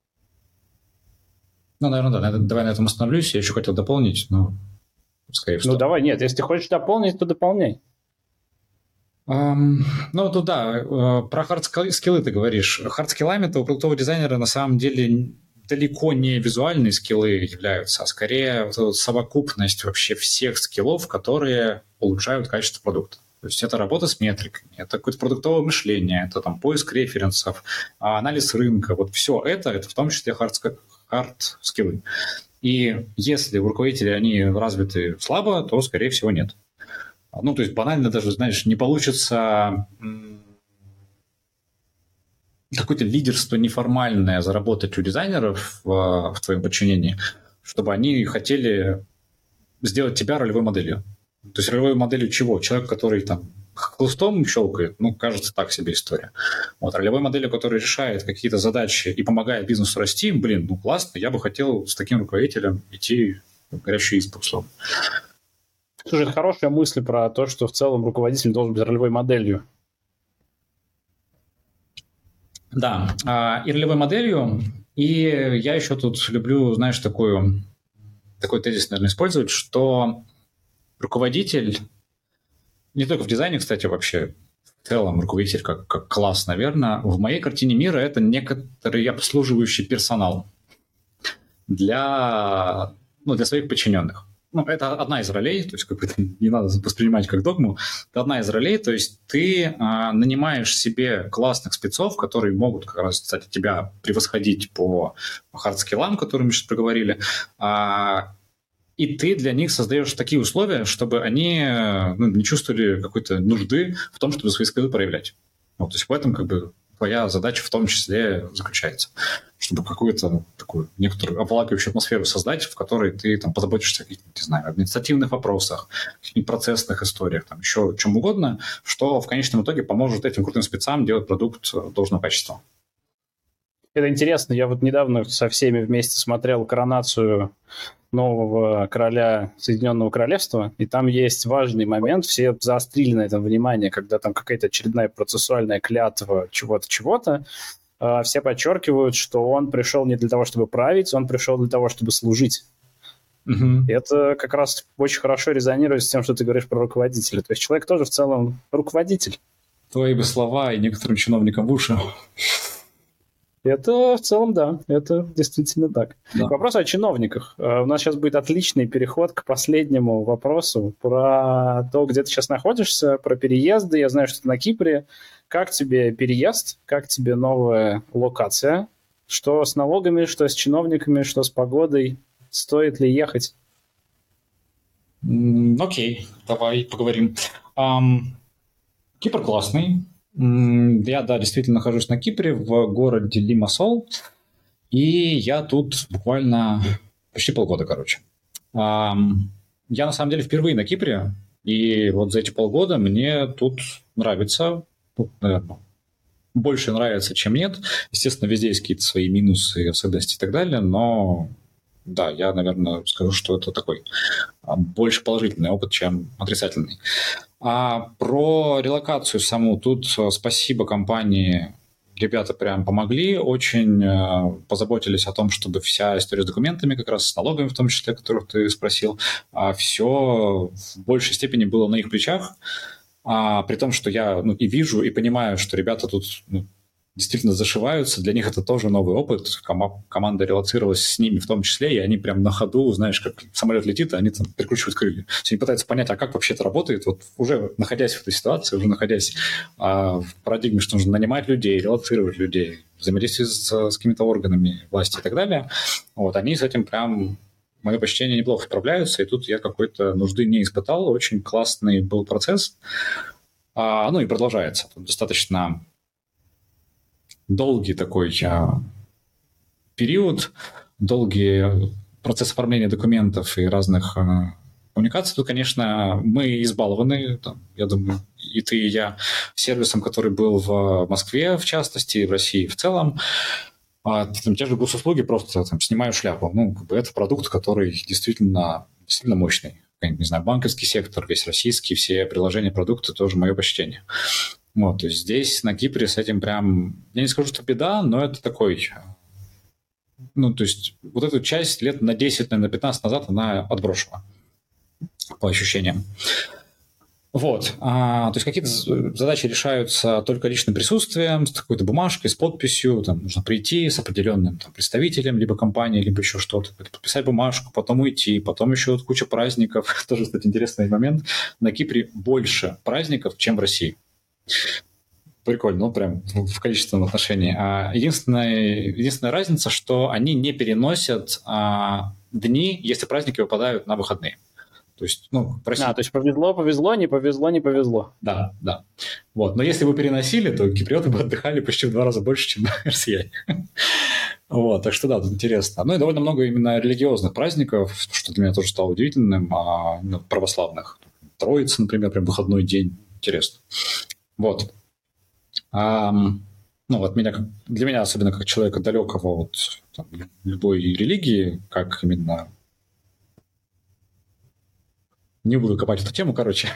наверное, да. Давай на этом остановлюсь. Я еще хотел дополнить, но скорее всего. Ну, давай, нет. Если ты хочешь дополнить, то дополняй. Um, ну, тут да, про хард-скиллы ты говоришь. Хард-скиллами-то у продуктового дизайнера на самом деле далеко не визуальные скиллы являются, а скорее вот совокупность вообще всех скиллов, которые улучшают качество продукта. То есть это работа с метриками, это какое-то продуктовое мышление, это там поиск референсов, анализ рынка. Вот все это, это в том числе хард-скиллы. И если у руководителей они развиты слабо, то, скорее всего, нет. Ну, то есть банально даже, знаешь, не получится какое-то лидерство неформальное заработать у дизайнеров в, в твоем подчинении, чтобы они хотели сделать тебя ролевой моделью. То есть ролевой моделью чего? Человек, который там хлыстом щелкает, ну, кажется, так себе история. Вот, ролевой моделью, который решает какие-то задачи и помогает бизнесу расти, блин, ну, классно, я бы хотел с таким руководителем идти в горящую избу, условно. Слушай, это хорошая мысль про то, что в целом руководитель должен быть ролевой моделью. Да, и ролевой моделью. И я еще тут люблю, знаешь, такую, такой тезис, наверное, использовать, что руководитель, не только в дизайне, кстати, вообще, в целом руководитель как, как класс, наверное, в моей картине мира это некоторый обслуживающий персонал для, ну, для своих подчиненных. Ну, это одна из ролей, то есть как бы не надо воспринимать как догму. Это одна из ролей, то есть ты а, нанимаешь себе классных спецов, которые могут как раз, кстати, тебя превосходить по хардскиллам, которые мы сейчас проговорили, а, и ты для них создаешь такие условия, чтобы они ну, не чувствовали какой-то нужды в том, чтобы свои скиллы проявлять. Вот, то есть в этом как бы твоя задача в том числе заключается, чтобы какую-то такую некоторую обволакивающую атмосферу создать, в которой ты там позаботишься о каких-то, не знаю, административных вопросах, каких-нибудь процессных историях, там еще чем угодно, что в конечном итоге поможет этим крутым спецам делать продукт должного качества. Это интересно. Я вот недавно со всеми вместе смотрел коронацию нового короля Соединенного Королевства, и там есть важный момент, все заострили на этом внимание, когда там какая-то очередная процессуальная клятва чего-то, чего-то, э, все подчеркивают, что он пришел не для того, чтобы править, он пришел для того, чтобы служить. Mm-hmm. И это как раз очень хорошо резонирует с тем, что ты говоришь про руководителя. То есть человек тоже в целом руководитель. Твои бы слова и некоторым чиновникам в уши. Это в целом, да, это действительно так. Да. К вопросу о чиновниках. У нас сейчас будет отличный переход к последнему вопросу про то, где ты сейчас находишься, про переезды. Я знаю, что ты на Кипре. Как тебе переезд? Как тебе новая локация? Что с налогами, что с чиновниками, что с погодой? Стоит ли ехать? Mm, окей, давай поговорим. Um, Кипр классный. Я, да, действительно нахожусь на Кипре, в городе Лимассол, и я тут буквально почти полгода, короче. Я, на самом деле, впервые на Кипре, и вот за эти полгода мне тут нравится, ну, наверное, больше нравится, чем нет. Естественно, везде есть какие-то свои минусы, особенности и так далее, но да, я, наверное, скажу, что это такой больше положительный опыт, чем отрицательный. А про релокацию саму, тут спасибо компании, ребята прям помогли, очень позаботились о том, чтобы вся история с документами, как раз с налогами в том числе, о которых ты спросил, все в большей степени было на их плечах, а, при том, что я ну, и вижу, и понимаю, что ребята тут ну, действительно зашиваются, для них это тоже новый опыт, Ком- команда релоцировалась с ними в том числе, и они прям на ходу, знаешь, как самолет летит, а они там прикручивают крылья. Все они пытаются понять, а как вообще это работает, вот уже находясь в этой ситуации, уже находясь а, в парадигме, что нужно нанимать людей, релоцировать людей, взаимодействовать с, с какими-то органами власти и так далее, вот, они с этим прям, мое почтение, неплохо справляются, и тут я какой-то нужды не испытал, очень классный был процесс, а, ну и продолжается. Тут достаточно долгий такой а, период, долгий процесс оформления документов и разных а, коммуникаций. Тут, конечно, мы избалованы, там, я думаю, и ты, и я, сервисом, который был в Москве, в частности, и в России в целом. А, там, те же госуслуги просто там, снимаю шляпу. Ну, как бы это продукт, который действительно, действительно мощный. Не знаю, банковский сектор, весь российский, все приложения, продукты, тоже мое почтение. Вот, то есть здесь, на Кипре, с этим прям, я не скажу, что беда, но это такой, ну, то есть вот эту часть лет на десять, наверное, на пятнадцать назад она отброшена, по ощущениям. Вот, а, то есть какие-то задачи решаются только личным присутствием, с какой-то бумажкой, с подписью, там нужно прийти с определенным там, представителем либо компании, либо еще что-то, подписать бумажку, потом уйти, потом еще вот куча праздников. Тоже, кстати, интересный момент. На Кипре больше праздников, чем в России. Прикольно, ну прям в количественном отношении. А единственная, единственная разница, что они не переносят а, дни, если праздники выпадают на выходные. То есть, ну, в России... А, то есть повезло, повезло, не повезло, не повезло. Да, да. Вот. Но если бы переносили, то киприоты бы отдыхали почти в два раза больше, чем россияне. Вот, так что да, тут интересно. Ну и довольно много именно религиозных праздников, что для меня тоже стало удивительным, а, ну, православных. Троица, например, прям выходной день. Интересно. Вот. А, ну, от меня, для меня, особенно как человека далекого от там, любой религии, как именно... Не буду копать эту тему, короче.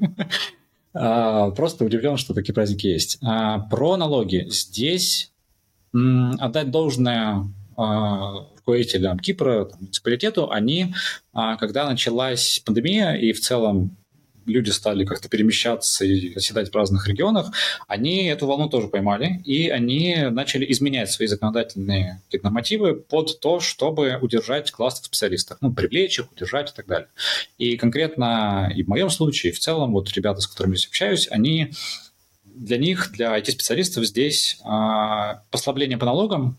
Просто удивлен, что такие праздники есть. Про налоги. Здесь отдать должное руководителям Кипра, муниципалитету, они, когда началась пандемия и в целом люди стали как-то перемещаться и оседать в разных регионах, они эту волну тоже поймали, и они начали изменять свои законодательные нормативы под то, чтобы удержать классных специалистов, ну, привлечь их, удержать и так далее. И конкретно и в моем случае, и в целом, вот ребята, с которыми я общаюсь, они, для них, для ай ти-специалистов здесь э, послабление по налогам.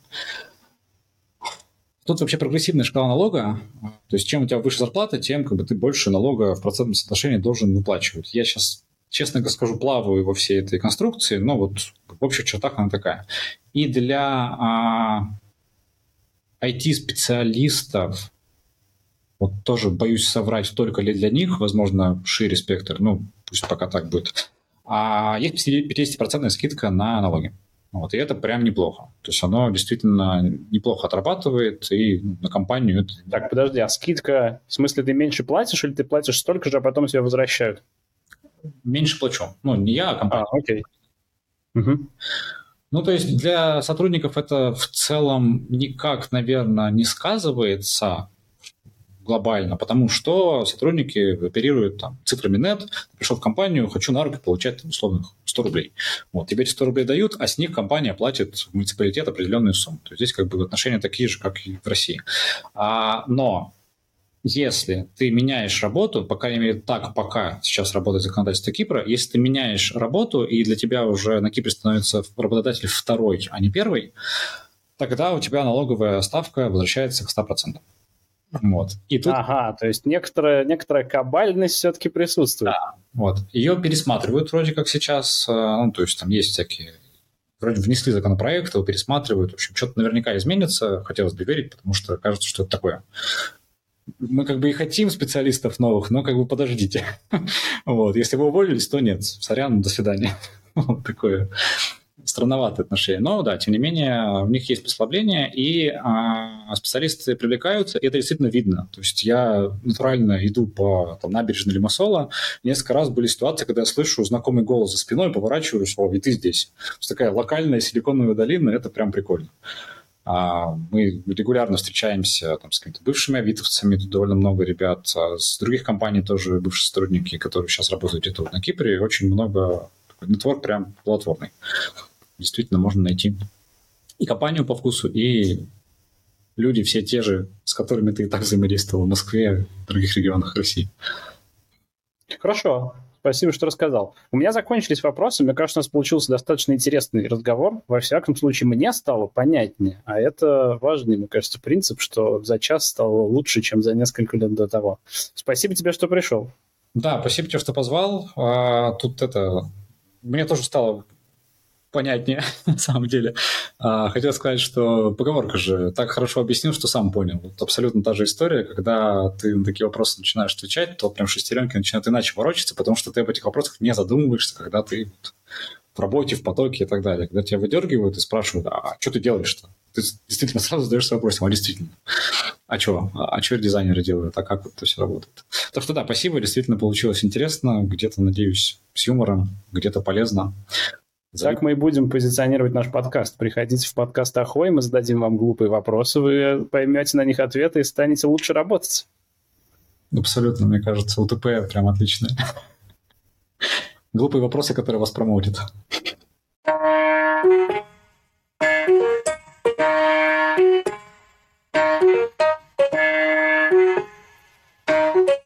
Тут вообще прогрессивная шкала налога, то есть чем у тебя выше зарплата, тем как бы, ты больше налога в процентном соотношении должен выплачивать. Я сейчас, честно скажу, плаваю во всей этой конструкции, но вот в общих чертах она такая. И для а, ай ти-специалистов, вот тоже боюсь соврать, только ли для них, возможно, шире спектр, ну пусть пока так будет, а есть пятидесятипроцентная скидка на налоги. Вот, и это прям неплохо. То есть оно действительно неплохо отрабатывает, и на компанию это... Так, подожди, а скидка, в смысле ты меньше платишь, или ты платишь столько же, а потом тебе возвращают? Меньше плачу. Ну, не я, а компания. А, окей. Угу. Ну, то есть для сотрудников это в целом никак, наверное, не сказывается глобально, потому что сотрудники оперируют там, цифрами нет, пришел в компанию, хочу на руки получать условных сто рублей. Вот, тебе эти сто рублей дают, а с них компания платит в муниципалитет определенную сумму. То есть здесь как бы отношения такие же, как и в России. А, но если ты меняешь работу, по крайней мере так пока сейчас работает законодательство Кипра, если ты меняешь работу, и для тебя уже на Кипре становится работодатель второй, а не первый, тогда у тебя налоговая ставка возвращается к ста процентам. Вот. И тут... Ага, то есть некоторая, некоторая кабальность все-таки присутствует. Да, вот. Ее пересматривают вроде как сейчас, ну, то есть там есть всякие... Вроде внесли законопроект, его пересматривают, в общем, что-то наверняка изменится, хотелось бы верить, потому что кажется, что это такое. Мы как бы и хотим специалистов новых, но как бы подождите. Вот. Если вы уволились, то нет. Сорян, до свидания. Вот такое. странноватые отношения. Но да, тем не менее, у них есть послабление, и а, специалисты привлекаются, и это действительно видно. То есть я натурально иду по там, набережной Лимассола, несколько раз были ситуации, когда я слышу знакомый голос за спиной, поворачиваюсь, о, и ты здесь. То есть такая локальная силиконовая долина, это прям прикольно. А, мы регулярно встречаемся там, с какими-то бывшими авитовцами, тут довольно много ребят, а с других компаний тоже бывшие сотрудники, которые сейчас работают где-то вот на Кипре, очень много, такой нетворк прям плодотворный. Действительно можно найти и компанию по вкусу, и люди все те же, с которыми ты и так взаимодействовал в Москве, в других регионах России. Хорошо. Спасибо, что рассказал. У меня закончились вопросы. Мне кажется, у нас получился достаточно интересный разговор. Во всяком случае, мне стало понятнее. А это важный, мне кажется, принцип, что за час стало лучше, чем за несколько лет до того. Спасибо тебе, что пришел. Да, спасибо тебе, что позвал. А, тут это... Мне тоже стало понятнее, на самом деле. А, хотел сказать, что поговорка же так хорошо объяснил, что сам понял. Вот абсолютно та же история, когда ты на такие вопросы начинаешь отвечать, то прям шестеренки начинают иначе ворочаться, потому что ты об этих вопросах не задумываешься, когда ты вот в работе, в потоке и так далее. Когда тебя выдергивают и спрашивают, а что ты делаешь-то? Ты действительно сразу задаешься вопросом, а действительно, а что? А что дизайнеры делают? А как вот это все работает? Так что да, спасибо, действительно получилось интересно, где-то, надеюсь, с юмором, где-то полезно. Так мы и будем позиционировать наш подкаст. Приходите в подкаст Ахой, мы зададим вам глупые вопросы, вы поймете на них ответы и станете лучше работать. Абсолютно, мне кажется, УТП прям отличное. Глупые вопросы, которые вас промоутят.